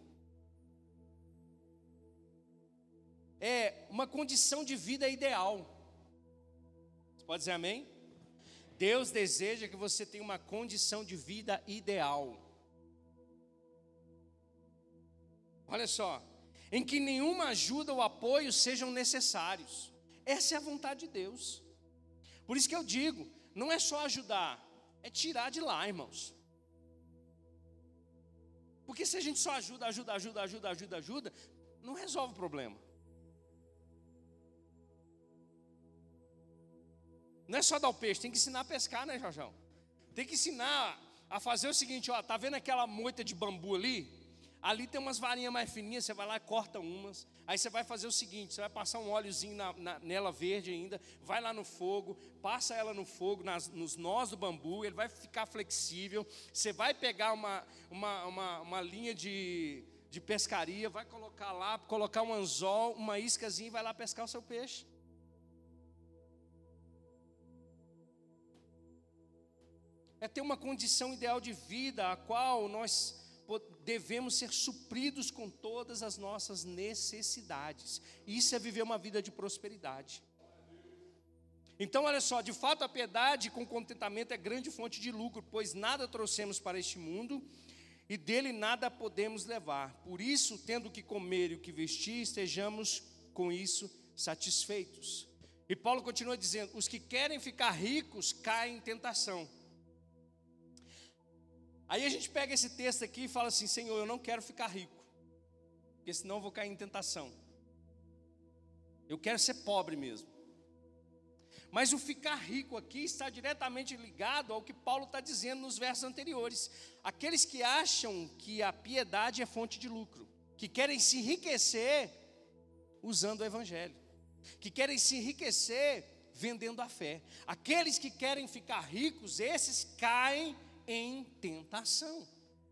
S1: É uma condição de vida ideal. Você pode dizer amém? Deus deseja que você tenha uma condição de vida ideal. Olha só, em que nenhuma ajuda ou apoio sejam necessários. Essa é a vontade de Deus. Por isso que eu digo, não é só ajudar, é tirar de lá, irmãos. Porque se a gente só ajuda, não resolve o problema. Não é só dar o peixe, tem que ensinar a pescar, né, Jorjão? Tem que ensinar a fazer o seguinte, ó, tá vendo aquela moita de bambu ali? Ali tem umas varinhas mais fininhas, você vai lá e corta umas. Aí você vai fazer o seguinte, você vai passar um óleozinho nela verde ainda, vai lá no fogo, passa ela no fogo, nos nós do bambu, ele vai ficar flexível. Você vai pegar uma linha de pescaria, vai colocar lá, colocar um anzol, uma iscazinha e vai lá pescar o seu peixe. É ter uma condição ideal de vida, a qual nós devemos ser supridos com todas as nossas necessidades. Isso é viver uma vida de prosperidade. Então, olha só, de fato a piedade com contentamento é grande fonte de lucro, pois nada trouxemos para este mundo e dele nada podemos levar. Por isso, tendo o que comer e o que vestir, estejamos com isso satisfeitos. E Paulo continua dizendo, os que querem ficar ricos caem em tentação. Aí a gente pega esse texto aqui e fala assim, Senhor, eu não quero ficar rico, porque senão eu vou cair em tentação. Eu quero ser pobre mesmo. Mas o ficar rico aqui está diretamente ligado ao que Paulo está dizendo nos versos anteriores. Aqueles que acham que a piedade é fonte de lucro, que querem se enriquecer usando o evangelho, que querem se enriquecer vendendo a fé. Aqueles que querem ficar ricos, esses caem em tentação.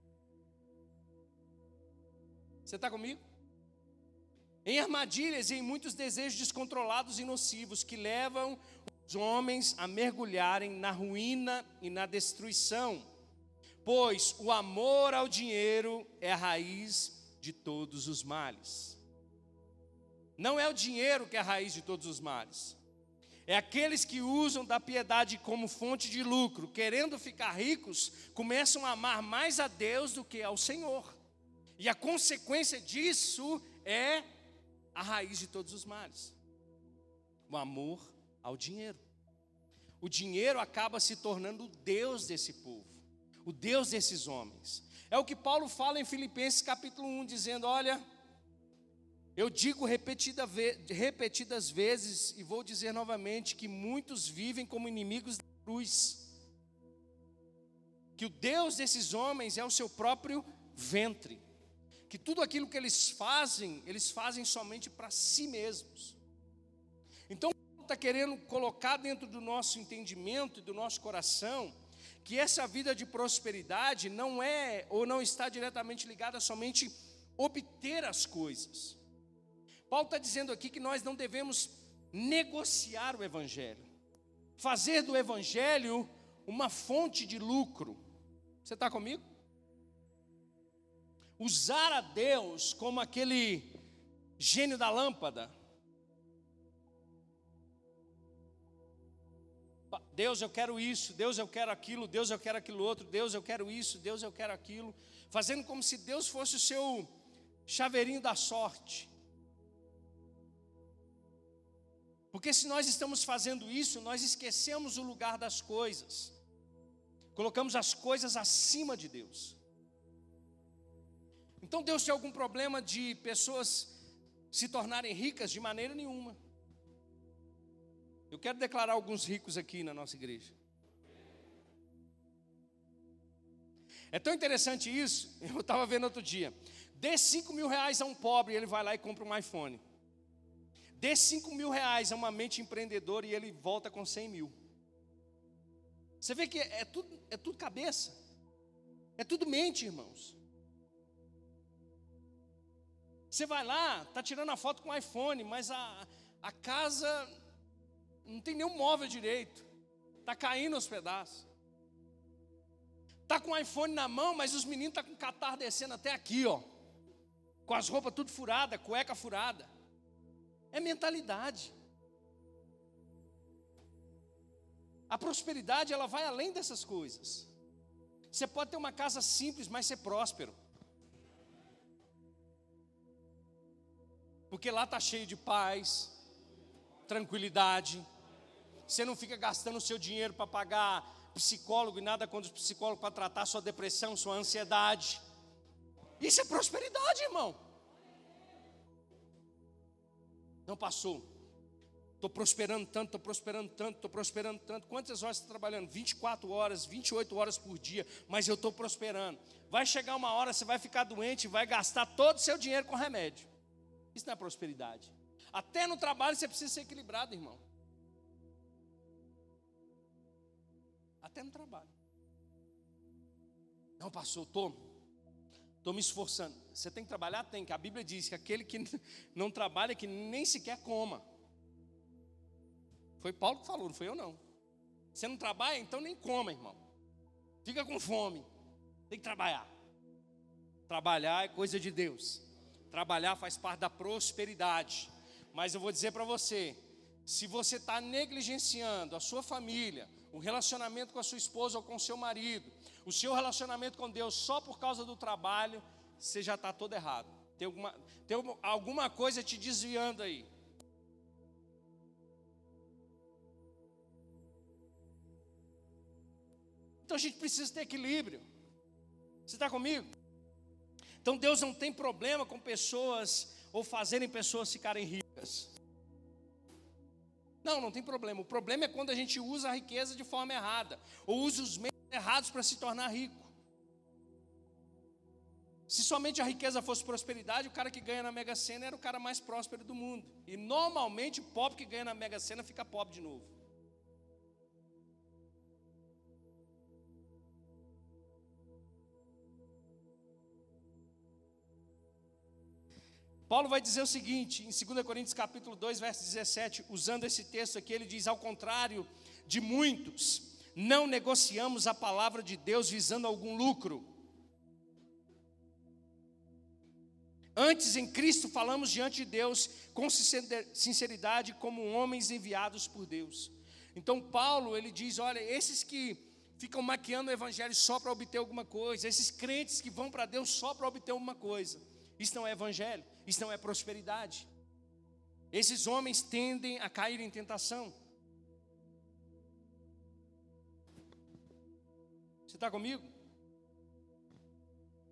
S1: Você está comigo? Em armadilhas e em muitos desejos descontrolados e nocivos que levam os homens a mergulharem na ruína e na destruição, pois o amor ao dinheiro é a raiz de todos os males. Não é o dinheiro que é a raiz de todos os males. É aqueles que usam da piedade como fonte de lucro, querendo ficar ricos, começam a amar mais a Deus do que ao Senhor. E a consequência disso é a raiz de todos os males. O amor ao dinheiro. O dinheiro acaba se tornando o Deus desse povo, o Deus desses homens. É o que Paulo fala em Filipenses capítulo 1, dizendo: olha, eu digo repetidas vezes, e vou dizer novamente, que muitos vivem como inimigos da cruz, que o Deus desses homens é o seu próprio ventre, que tudo aquilo que eles fazem somente para si mesmos. Então, Paulo está querendo colocar dentro do nosso entendimento e do nosso coração, que essa vida de prosperidade não é, ou não está diretamente ligada a somente obter as coisas. Paulo está dizendo aqui que nós não devemos negociar o Evangelho, fazer do Evangelho uma fonte de lucro. Você está comigo? Usar a Deus como aquele gênio da lâmpada. Deus, eu quero isso, Deus, eu quero aquilo, Deus, eu quero aquilo outro, Deus, eu quero isso, Deus, eu quero aquilo. Fazendo como se Deus fosse o seu chaveirinho da sorte. Porque se nós estamos fazendo isso, nós esquecemos o lugar das coisas. Colocamos as coisas acima de Deus. Então Deus tem algum problema de pessoas se tornarem ricas? De maneira nenhuma. Eu quero declarar alguns ricos aqui na nossa igreja. É tão interessante isso, eu estava vendo outro dia. Dê 5 mil reais a um pobre e ele vai lá e compra um iPhone. Dê 5 mil reais a uma mente empreendedora e ele volta com 100 mil. Você vê que é tudo cabeça. É tudo mente, irmãos. Você vai lá, está tirando a foto com o iPhone, mas a casa não tem nenhum móvel direito. Está caindo aos pedaços. Está com o iPhone na mão, mas os meninos estão com o catarro descendo até aqui, ó. Com as roupas tudo furadas, cueca furada. É mentalidade. A prosperidade, ela vai além dessas coisas. Você pode ter uma casa simples, mas ser próspero. Porque lá está cheio de paz, tranquilidade. Você não fica gastando o seu dinheiro para pagar psicólogo e nada contra os psicólogos para tratar sua depressão, sua ansiedade. Isso é prosperidade, irmão. Não passou. Estou prosperando tanto, estou prosperando tanto, estou prosperando tanto. Quantas horas você está trabalhando? 24 horas, 28 horas por dia, mas eu estou prosperando. Vai chegar uma hora, você vai ficar doente e vai gastar todo o seu dinheiro com remédio. Isso não é prosperidade. Até no trabalho você precisa ser equilibrado, irmão. Até no trabalho. Não, pastor, estou me esforçando. Você tem que trabalhar? Tem, que a Bíblia diz que aquele que não trabalha, que nem sequer coma. Foi Paulo que falou, não foi eu não. Você não trabalha, então nem coma, irmão. Fica com fome. Tem que trabalhar. Trabalhar é coisa de Deus. Trabalhar faz parte da prosperidade. Mas eu vou dizer para você, se você está negligenciando a sua família, o relacionamento com a sua esposa ou com o seu marido, o seu relacionamento com Deus só por causa do trabalho, você já está todo errado. Tem alguma coisa te desviando aí. Então a gente precisa ter equilíbrio. Você está comigo? Então Deus não tem problema com pessoas ou fazerem pessoas ficarem ricas. Não tem problema. O problema é quando a gente usa a riqueza de forma errada, ou usa os meios errados para se tornar rico. Se somente a riqueza fosse prosperidade, o cara que ganha na Mega Sena era o cara mais próspero do mundo. E normalmente o pobre que ganha na Mega Sena fica pobre de novo. Paulo vai dizer o seguinte, em 2 Coríntios capítulo 2, verso 17, usando esse texto aqui, ele diz: ao contrário de muitos, não negociamos a palavra de Deus visando algum lucro. Antes, em Cristo, falamos diante de Deus com sinceridade, como homens enviados por Deus. Então Paulo, ele diz: olha, esses que ficam maquiando o evangelho só para obter alguma coisa, esses crentes que vão para Deus só para obter alguma coisa, isso não é evangelho, isso não é prosperidade. Esses homens tendem a cair em tentação. Você está comigo?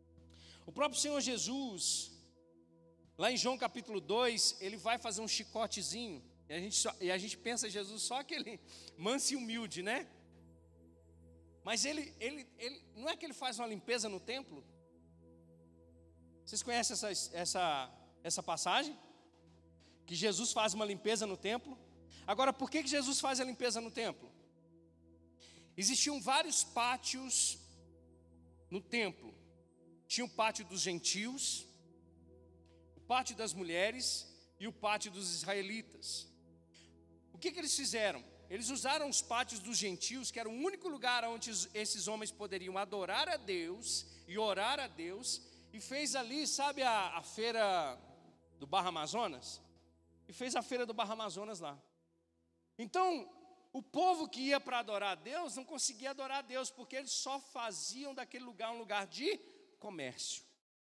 S1: O próprio Senhor Jesus, lá em João capítulo 2, ele vai fazer um chicotezinho. E a gente pensa Jesus só aquele manso e humilde, né? Mas ele não é que ele faz uma limpeza no templo? Vocês conhecem essa passagem? Que Jesus faz uma limpeza no templo. Agora, por que Jesus faz a limpeza no templo? Existiam vários pátios no templo. Tinha o pátio dos gentios, o pátio das mulheres e o pátio dos israelitas. O que eles fizeram? Eles usaram os pátios dos gentios, que era o único lugar onde esses homens poderiam adorar a Deus e orar a Deus, e fez ali, sabe a feira do Barra Amazonas? E fez a feira do Barra Amazonas lá. Então, o povo que ia para adorar a Deus não conseguia adorar a Deus, porque eles só faziam daquele lugar um lugar de comércio.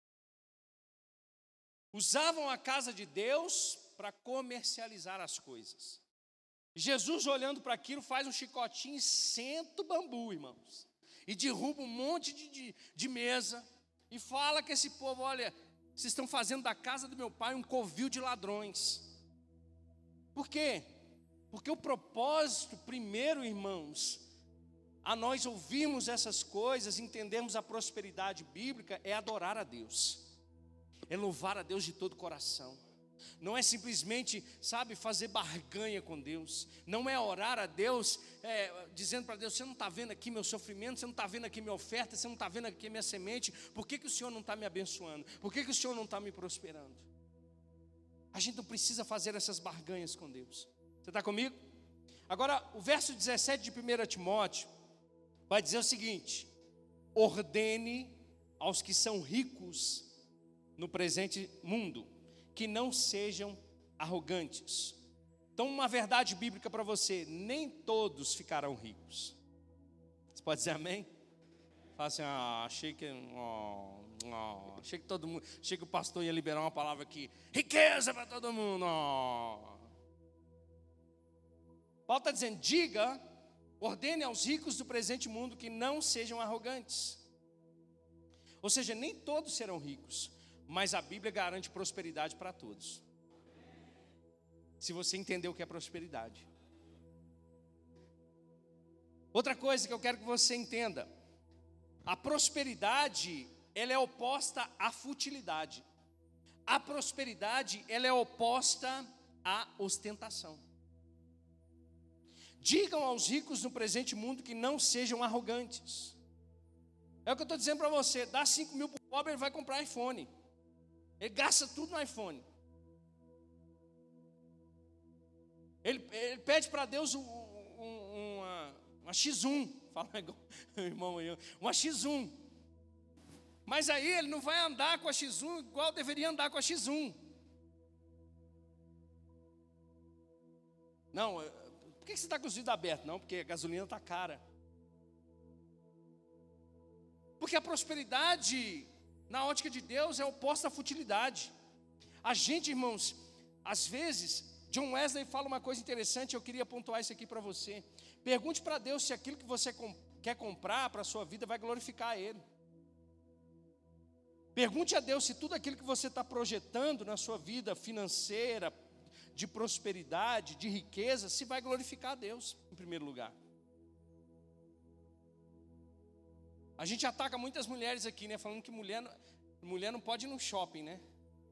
S1: Usavam a casa de Deus para comercializar as coisas. Jesus, olhando para aquilo, faz um chicotinho e senta o bambu, irmãos, e derruba um monte de mesa, e fala que esse povo, olha, vocês estão fazendo da casa do meu pai um covil de ladrões. Por quê? Porque o propósito, primeiro, irmãos, a nós ouvirmos essas coisas, entendermos a prosperidade bíblica, é adorar a Deus, é louvar a Deus de todo o coração. Não é simplesmente, sabe, fazer barganha com Deus. Não é orar a Deus, dizendo para Deus: você não está vendo aqui meu sofrimento, você não está vendo aqui minha oferta, você não está vendo aqui minha semente. Por que o Senhor não está me abençoando? Por que o Senhor não está me prosperando? A gente não precisa fazer essas barganhas com Deus. Você está comigo? Agora, o verso 17 de 1 Timóteo vai dizer o seguinte: ordene aos que são ricos no presente mundo, que não sejam arrogantes. Então, uma verdade bíblica para você: nem todos ficarão ricos. Você pode dizer amém? Fala assim: achei que todo mundo, achei que o pastor ia liberar uma palavra aqui, riqueza para todo mundo. Paulo está dizendo: ordene aos ricos do presente mundo que não sejam arrogantes. Ou seja, nem todos serão ricos, mas a Bíblia garante prosperidade para todos. Se você entender o que é prosperidade. Outra coisa que eu quero que você entenda: a prosperidade, ela é oposta à futilidade. A prosperidade, ela é oposta à ostentação. Digam aos ricos no presente mundo que não sejam arrogantes. É o que eu estou dizendo para você: dá 5 mil para o pobre, ele vai comprar iPhone. Ele gasta tudo no iPhone. Ele pede para Deus uma X1. Fala igual o irmão aí, uma X1. Mas aí ele não vai andar com a X1 igual deveria andar com a X1. Não, por que você está com os vidros abertos? Não, porque a gasolina está cara. Porque a prosperidade, na ótica de Deus, é oposta à futilidade. A gente, irmãos, às vezes, John Wesley fala uma coisa interessante, eu queria pontuar isso aqui para você. Pergunte para Deus se aquilo que você quer comprar para a sua vida vai glorificar a Ele. Pergunte a Deus se tudo aquilo que você está projetando na sua vida financeira, de prosperidade, de riqueza, se vai glorificar a Deus, em primeiro lugar. A gente ataca muitas mulheres aqui, né? Falando que mulher não pode ir no shopping, né?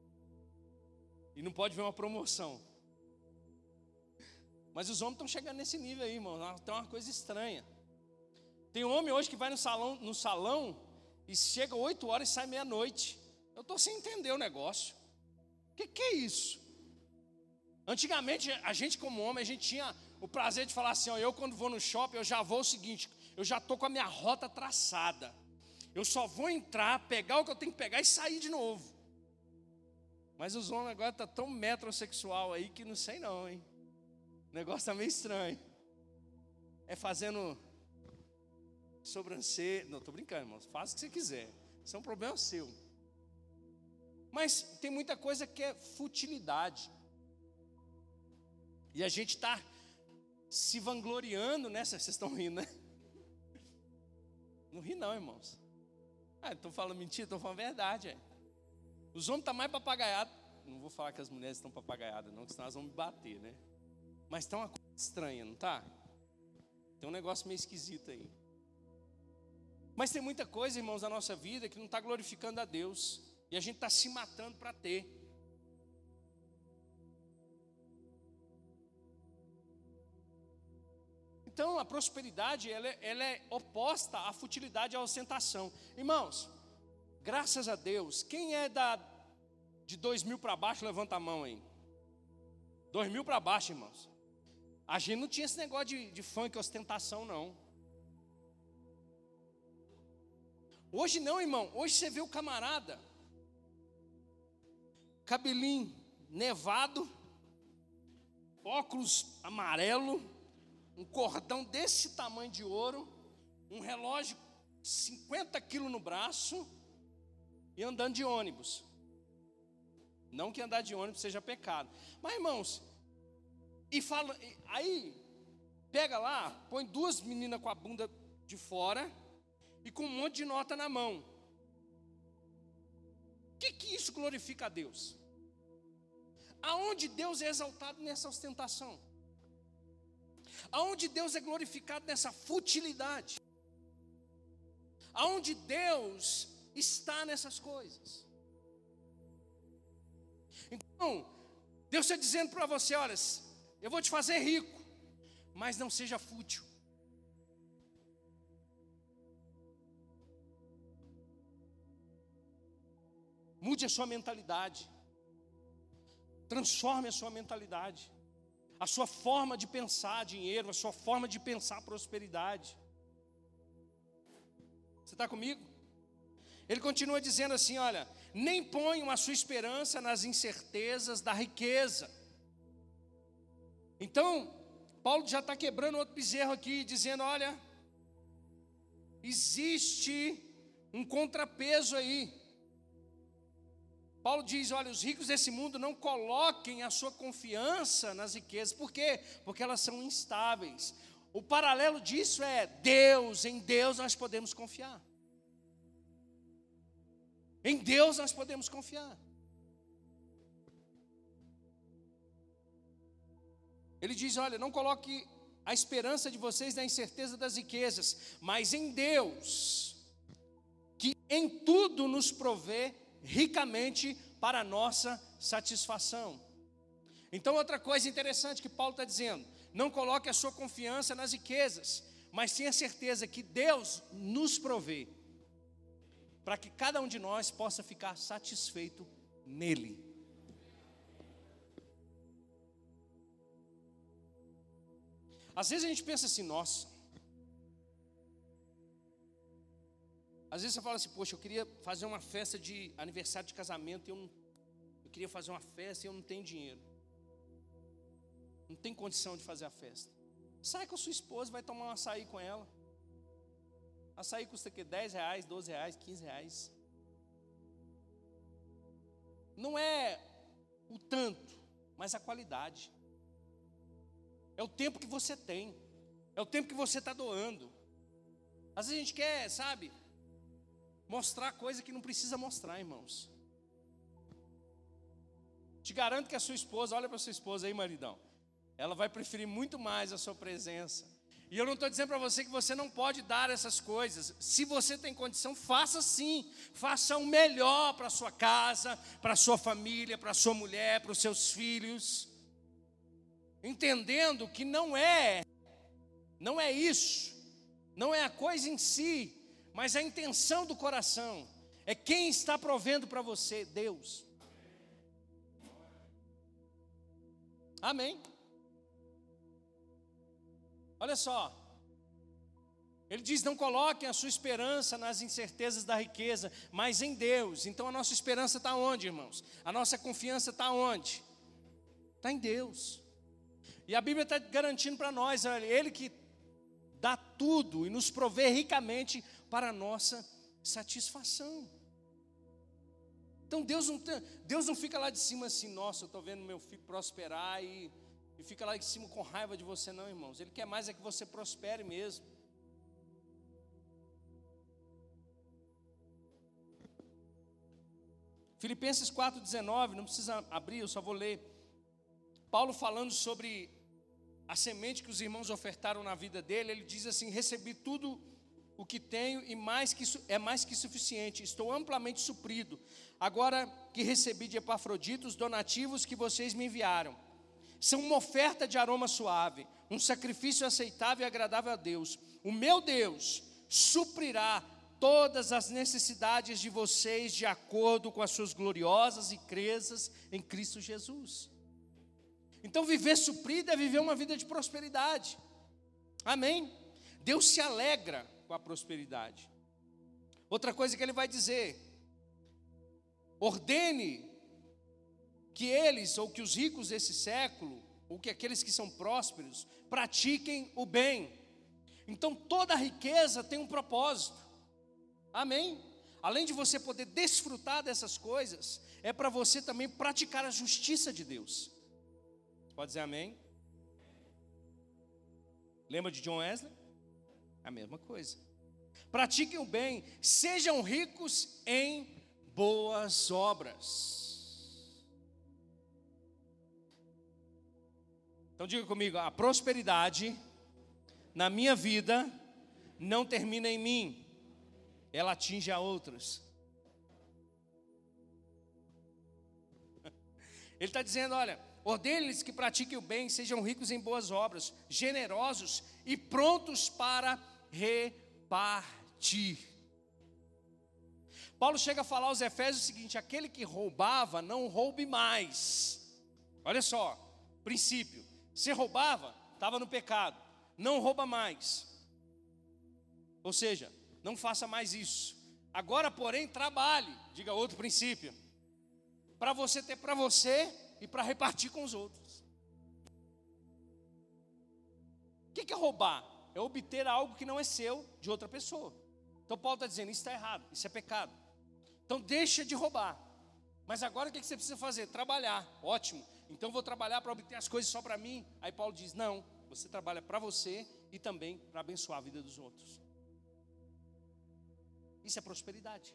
S1: E não pode ver uma promoção. Mas os homens estão chegando nesse nível aí, irmão. Tem uma coisa estranha. Tem homem hoje que vai no salão e chega 8 horas e sai meia-noite. Eu estou sem entender o negócio. O que é isso? Antigamente, a gente como homem, a gente tinha o prazer de falar assim: ó, eu quando vou no shopping, eu já vou o seguinte, eu já estou com a minha rota traçada. Eu só vou entrar, pegar o que eu tenho que pegar e sair de novo. Mas os homens agora estão tão metrosexual aí que não sei não, hein? O negócio está meio estranho. É fazendo sobrancelha. Não, estou brincando, irmão. Faça o que você quiser. Isso é um problema seu. Mas tem muita coisa que é futilidade. E a gente está se vangloriando nessa. Vocês estão rindo, né? Não ri não, irmãos. Estou falando mentira, estou falando verdade. Os homens estão mais papagaiados. Não vou falar que as mulheres estão papagaiadas, não, que senão elas vão me bater, né? Mas está uma coisa estranha, não está? Tem um negócio meio esquisito aí. Mas tem muita coisa, irmãos, na nossa vida que não está glorificando a Deus. E a gente está se matando para ter. Então, a prosperidade, ela é oposta à futilidade e à ostentação. Irmãos, graças a Deus, quem é de 2000 para baixo, levanta a mão aí. 2000 para baixo, irmãos. A gente não tinha esse negócio de funk, ostentação, não. Hoje não, irmão. Hoje você vê o camarada, cabelinho nevado, óculos amarelo, um cordão desse tamanho de ouro, um relógio 50 quilos no braço e andando de ônibus. Não que andar de ônibus seja pecado. Mas, irmãos, aí pega lá, põe duas meninas com a bunda de fora e com um monte de nota na mão. O que isso glorifica a Deus? Aonde Deus é exaltado nessa ostentação? Aonde Deus é glorificado nessa futilidade? Aonde Deus está nessas coisas? Então, Deus está dizendo para você, olha, eu vou te fazer rico, mas não seja fútil. Mude a sua mentalidade. Transforme a sua mentalidade. A sua forma de pensar dinheiro, a sua forma de pensar prosperidade. Você está comigo? Ele continua dizendo assim, olha, nem ponham a sua esperança nas incertezas da riqueza. Então, Paulo já está quebrando outro bezerro aqui, dizendo, olha, existe um contrapeso aí. Paulo diz, olha, os ricos desse mundo não coloquem a sua confiança nas riquezas. Por quê? Porque elas são instáveis. O paralelo disso é Deus, em Deus nós podemos confiar. Em Deus nós podemos confiar. Ele diz, olha, não coloque a esperança de vocês na incerteza das riquezas, mas em Deus, que em tudo nos provê ricamente para a nossa satisfação. Então, outra coisa interessante que Paulo está dizendo, não coloque a sua confiança nas riquezas, mas tenha certeza que Deus nos provê, para que cada um de nós possa ficar satisfeito nele. Às vezes a gente pensa assim, nossa. Às vezes você fala assim, poxa, eu queria fazer uma festa de aniversário de casamento, eu queria fazer uma festa e eu não tenho dinheiro. Não tem condição de fazer a festa. Sai com a sua esposa, vai tomar um açaí com ela. Açaí custa o quê? 10 reais, 12 reais, 15 reais. Não é o tanto, mas a qualidade. É o tempo que você tem. É o tempo que você está doando. Às vezes a gente quer, sabe, mostrar coisa que não precisa mostrar, irmãos. Te garanto que a sua esposa, olha para a sua esposa aí, maridão, ela vai preferir muito mais a sua presença. E eu não estou dizendo para você que você não pode dar essas coisas. Se você tem condição, faça sim. Faça o melhor para a sua casa, para a sua família, para a sua mulher, para os seus filhos. Entendendo que não é isso. Não é a coisa em si, mas a intenção do coração. É quem está provendo para você, Deus. Amém? Olha só. Ele diz, não coloquem a sua esperança nas incertezas da riqueza, mas em Deus. Então a nossa esperança está onde, irmãos? A nossa confiança está onde? Está em Deus. E a Bíblia está garantindo para nós, olha, Ele que dá tudo e nos provê ricamente para a nossa satisfação. Então Deus não fica lá de cima assim, nossa, eu estou vendo meu filho prosperar e fica lá de cima com raiva de você, não, irmãos. Ele quer mais é que você prospere mesmo. Filipenses 4,19, não precisa abrir, eu só vou ler. Paulo falando sobre a semente que os irmãos ofertaram na vida dele, ele diz assim: recebi tudo o que tenho e é mais que suficiente, estou amplamente suprido, agora que recebi de Epafrodito os donativos que vocês me enviaram. São uma oferta de aroma suave, um sacrifício aceitável e agradável a Deus. O meu Deus suprirá todas as necessidades de vocês de acordo com as suas gloriosas riquezas em Cristo Jesus. Então viver suprido é viver uma vida de prosperidade. Amém? Deus se alegra com a prosperidade. Outra coisa que ele vai dizer: ordene que eles, ou que os ricos desse século, ou que aqueles que são prósperos, pratiquem o bem. Então toda riqueza tem um propósito. Amém? Além de você poder desfrutar dessas coisas, é para você também praticar a justiça de Deus. Pode dizer amém? Lembra de John Wesley? A mesma coisa. Pratiquem o bem, sejam ricos em boas obras. Então diga comigo: a prosperidade na minha vida não termina em mim, ela atinge a outros. Ele está dizendo: olha, ordene-lhes que pratiquem o bem, sejam ricos em boas obras, generosos e prontos para repartir. Paulo chega a falar aos Efésios o seguinte: aquele que roubava, não roube mais. Olha só, princípio: você roubava, estava no pecado, não rouba mais. Ou seja, não faça mais isso. Agora, porém, trabalhe, diga outro princípio, para você ter para você e para repartir com os outros. O que é roubar? É obter algo que não é seu, de outra pessoa. Então Paulo está dizendo: isso está errado, isso é pecado. Então deixa de roubar. Mas agora o que você precisa fazer? Trabalhar. Ótimo. Então vou trabalhar para obter as coisas só para mim. Aí Paulo diz: não, você trabalha para você e também para abençoar a vida dos outros. Isso é prosperidade.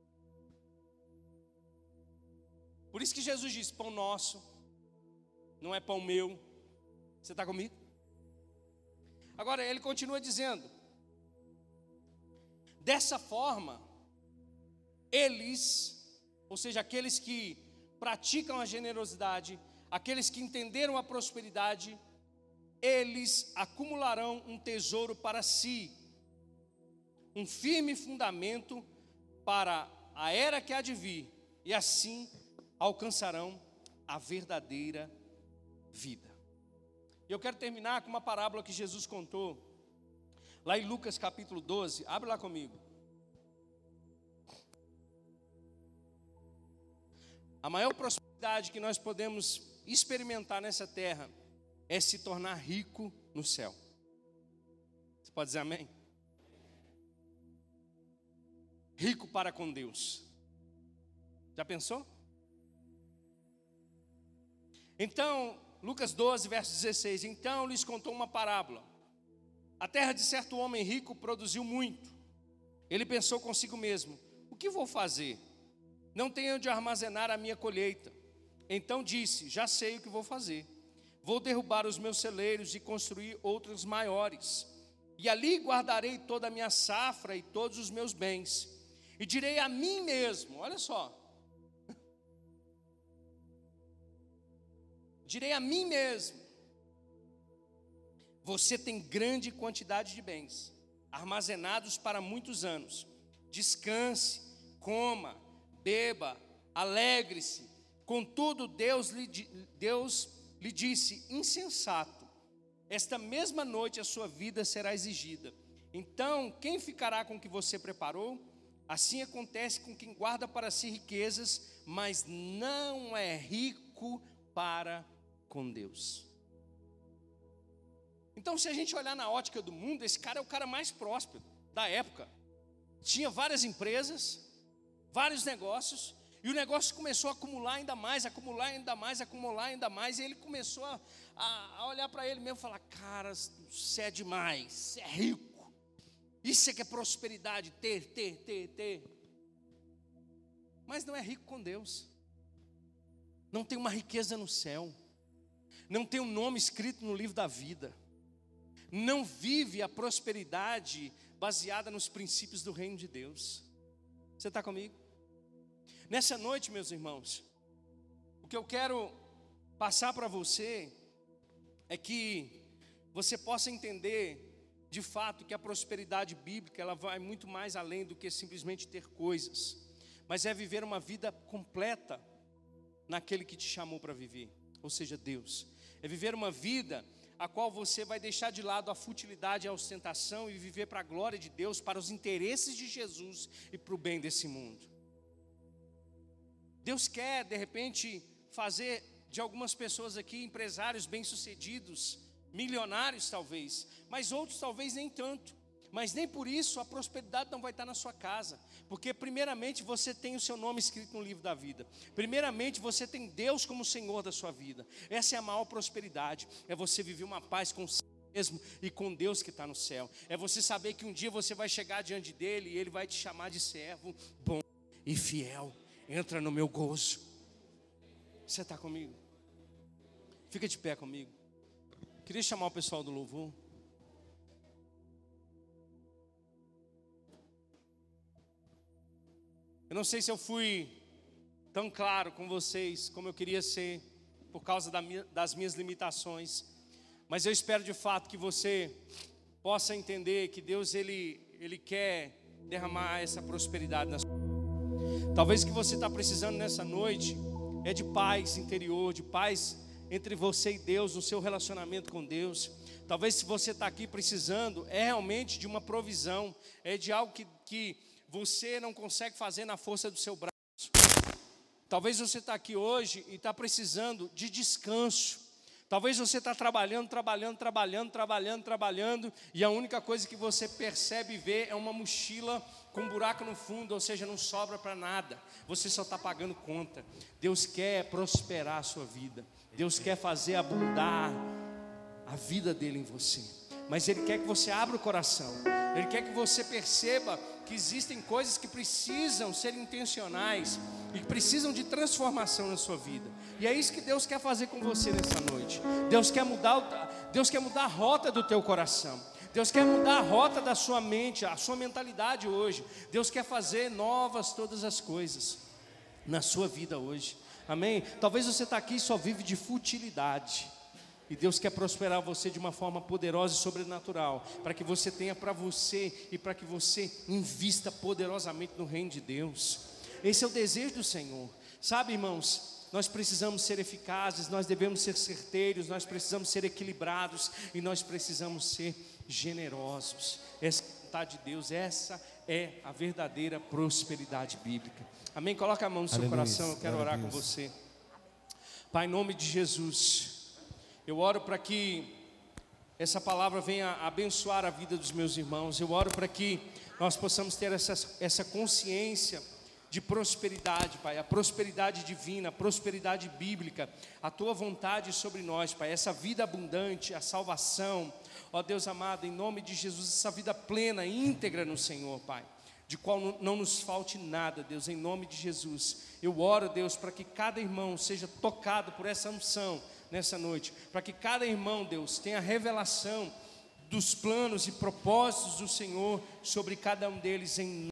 S1: Por isso que Jesus diz: pão nosso não é pão meu. Você está comigo? Agora ele continua dizendo: dessa forma, eles, ou seja, aqueles que praticam a generosidade, aqueles que entenderam a prosperidade, eles acumularão um tesouro para si, um firme fundamento para a era que há de vir, e assim alcançarão a verdadeira vida. E eu quero terminar com uma parábola que Jesus contou, lá em Lucas capítulo 12, abre lá comigo. A maior prosperidade que nós podemos experimentar nessa terra é se tornar rico no céu. Você pode dizer amém? Rico para com Deus. Já pensou? Então, Lucas 12, verso 16. Então lhes contou uma parábola. A terra de certo homem rico produziu muito. Ele pensou consigo mesmo: o que vou fazer? Não tenho onde armazenar a minha colheita. Então disse: já sei o que vou fazer. Vou derrubar os meus celeiros e construir outros maiores. E ali guardarei toda a minha safra e todos os meus bens. E direi a mim mesmo, olha só. Direi a mim mesmo: você tem grande quantidade de bens, armazenados para muitos anos. Descanse, coma, beba, alegre-se. Contudo, Deus lhe disse: insensato, esta mesma noite a sua vida será exigida. Então, quem ficará com o que você preparou? Assim acontece com quem guarda para si riquezas, mas não é rico para com Deus. Então, se a gente olhar na ótica do mundo, esse cara é o cara mais próspero da época. Tinha várias empresas, vários negócios, e o negócio começou a acumular ainda mais, acumular ainda mais, acumular ainda mais, e ele começou a olhar para ele mesmo e falar: cara, você é demais, você é rico, isso é que é prosperidade, ter. mas não é rico com Deus, não tem uma riqueza no céu, não tem um nome escrito no livro da vida, não vive a prosperidade baseada nos princípios do reino de Deus. Você está comigo? Nessa noite, meus irmãos, o que eu quero passar para você é que você possa entender de fato que a prosperidade bíblica, ela vai muito mais além do que simplesmente ter coisas, mas é viver uma vida completa naquele que te chamou para viver, ou seja, Deus. É viver uma vida a qual você vai deixar de lado a futilidade e a ostentação e viver para a glória de Deus, para os interesses de Jesus e para o bem desse mundo. Deus quer, de repente, fazer de algumas pessoas aqui empresários bem-sucedidos, milionários talvez, mas outros talvez nem tanto. Mas nem por isso a prosperidade não vai estar na sua casa, porque primeiramente você tem o seu nome escrito no livro da vida, primeiramente você tem Deus como Senhor da sua vida. Essa é a maior prosperidade, é você viver uma paz com si mesmo e com Deus que está no céu. É você saber que um dia você vai chegar diante dele e ele vai te chamar de servo bom e fiel. Entra no meu gozo. Você está comigo? Fica de pé comigo. Queria chamar o pessoal do louvor. Eu não sei se eu fui tão claro com vocês como eu queria ser, por causa das minhas limitações, mas eu espero de fato que você possa entender que Deus ele quer derramar essa prosperidade na sua vida. Talvez o que você está precisando nessa noite é de paz interior, de paz entre você e Deus, no seu relacionamento com Deus. Talvez se você está aqui precisando, é realmente de uma provisão, é de algo que você não consegue fazer na força do seu braço. Talvez você está aqui hoje e está precisando de descanso. Talvez você está trabalhando, e a única coisa que você percebe e vê é uma mochila com um buraco no fundo, ou seja, não sobra para nada. Você só está pagando conta. Deus quer prosperar a sua vida. Deus quer fazer abundar a vida dele em você. Mas Ele quer que você abra o coração. Ele quer que você perceba que existem coisas que precisam ser intencionais e que precisam de transformação na sua vida. E é isso que Deus quer fazer com você nessa noite. Deus quer mudar a rota do teu coração. Deus quer mudar a rota da sua mente, a sua mentalidade hoje. Deus quer fazer novas todas as coisas na sua vida hoje. Amém? Talvez você está aqui e só vive de futilidade. E Deus quer prosperar você de uma forma poderosa e sobrenatural, para que você tenha para você e para que você invista poderosamente no reino de Deus. Esse é o desejo do Senhor. Sabe, irmãos, nós precisamos ser eficazes, nós devemos ser certeiros, nós precisamos ser equilibrados e nós precisamos ser generosos. Essa é a vontade de Deus, essa é a verdadeira prosperidade bíblica. Amém? Coloca a mão no seu coração, eu quero orar com você. Pai, em nome de Jesus, eu oro para que essa palavra venha abençoar a vida dos meus irmãos. Eu oro para que nós possamos ter essa consciência de prosperidade, Pai, a prosperidade divina, a prosperidade bíblica, a Tua vontade sobre nós, Pai, essa vida abundante, a salvação, ó Deus amado, em nome de Jesus, essa vida plena, íntegra no Senhor, Pai, de qual não nos falte nada, Deus, em nome de Jesus. Eu oro, Deus, para que cada irmão seja tocado por essa unção nessa noite, para que cada irmão, Deus, tenha revelação dos planos e propósitos do Senhor sobre cada um deles, em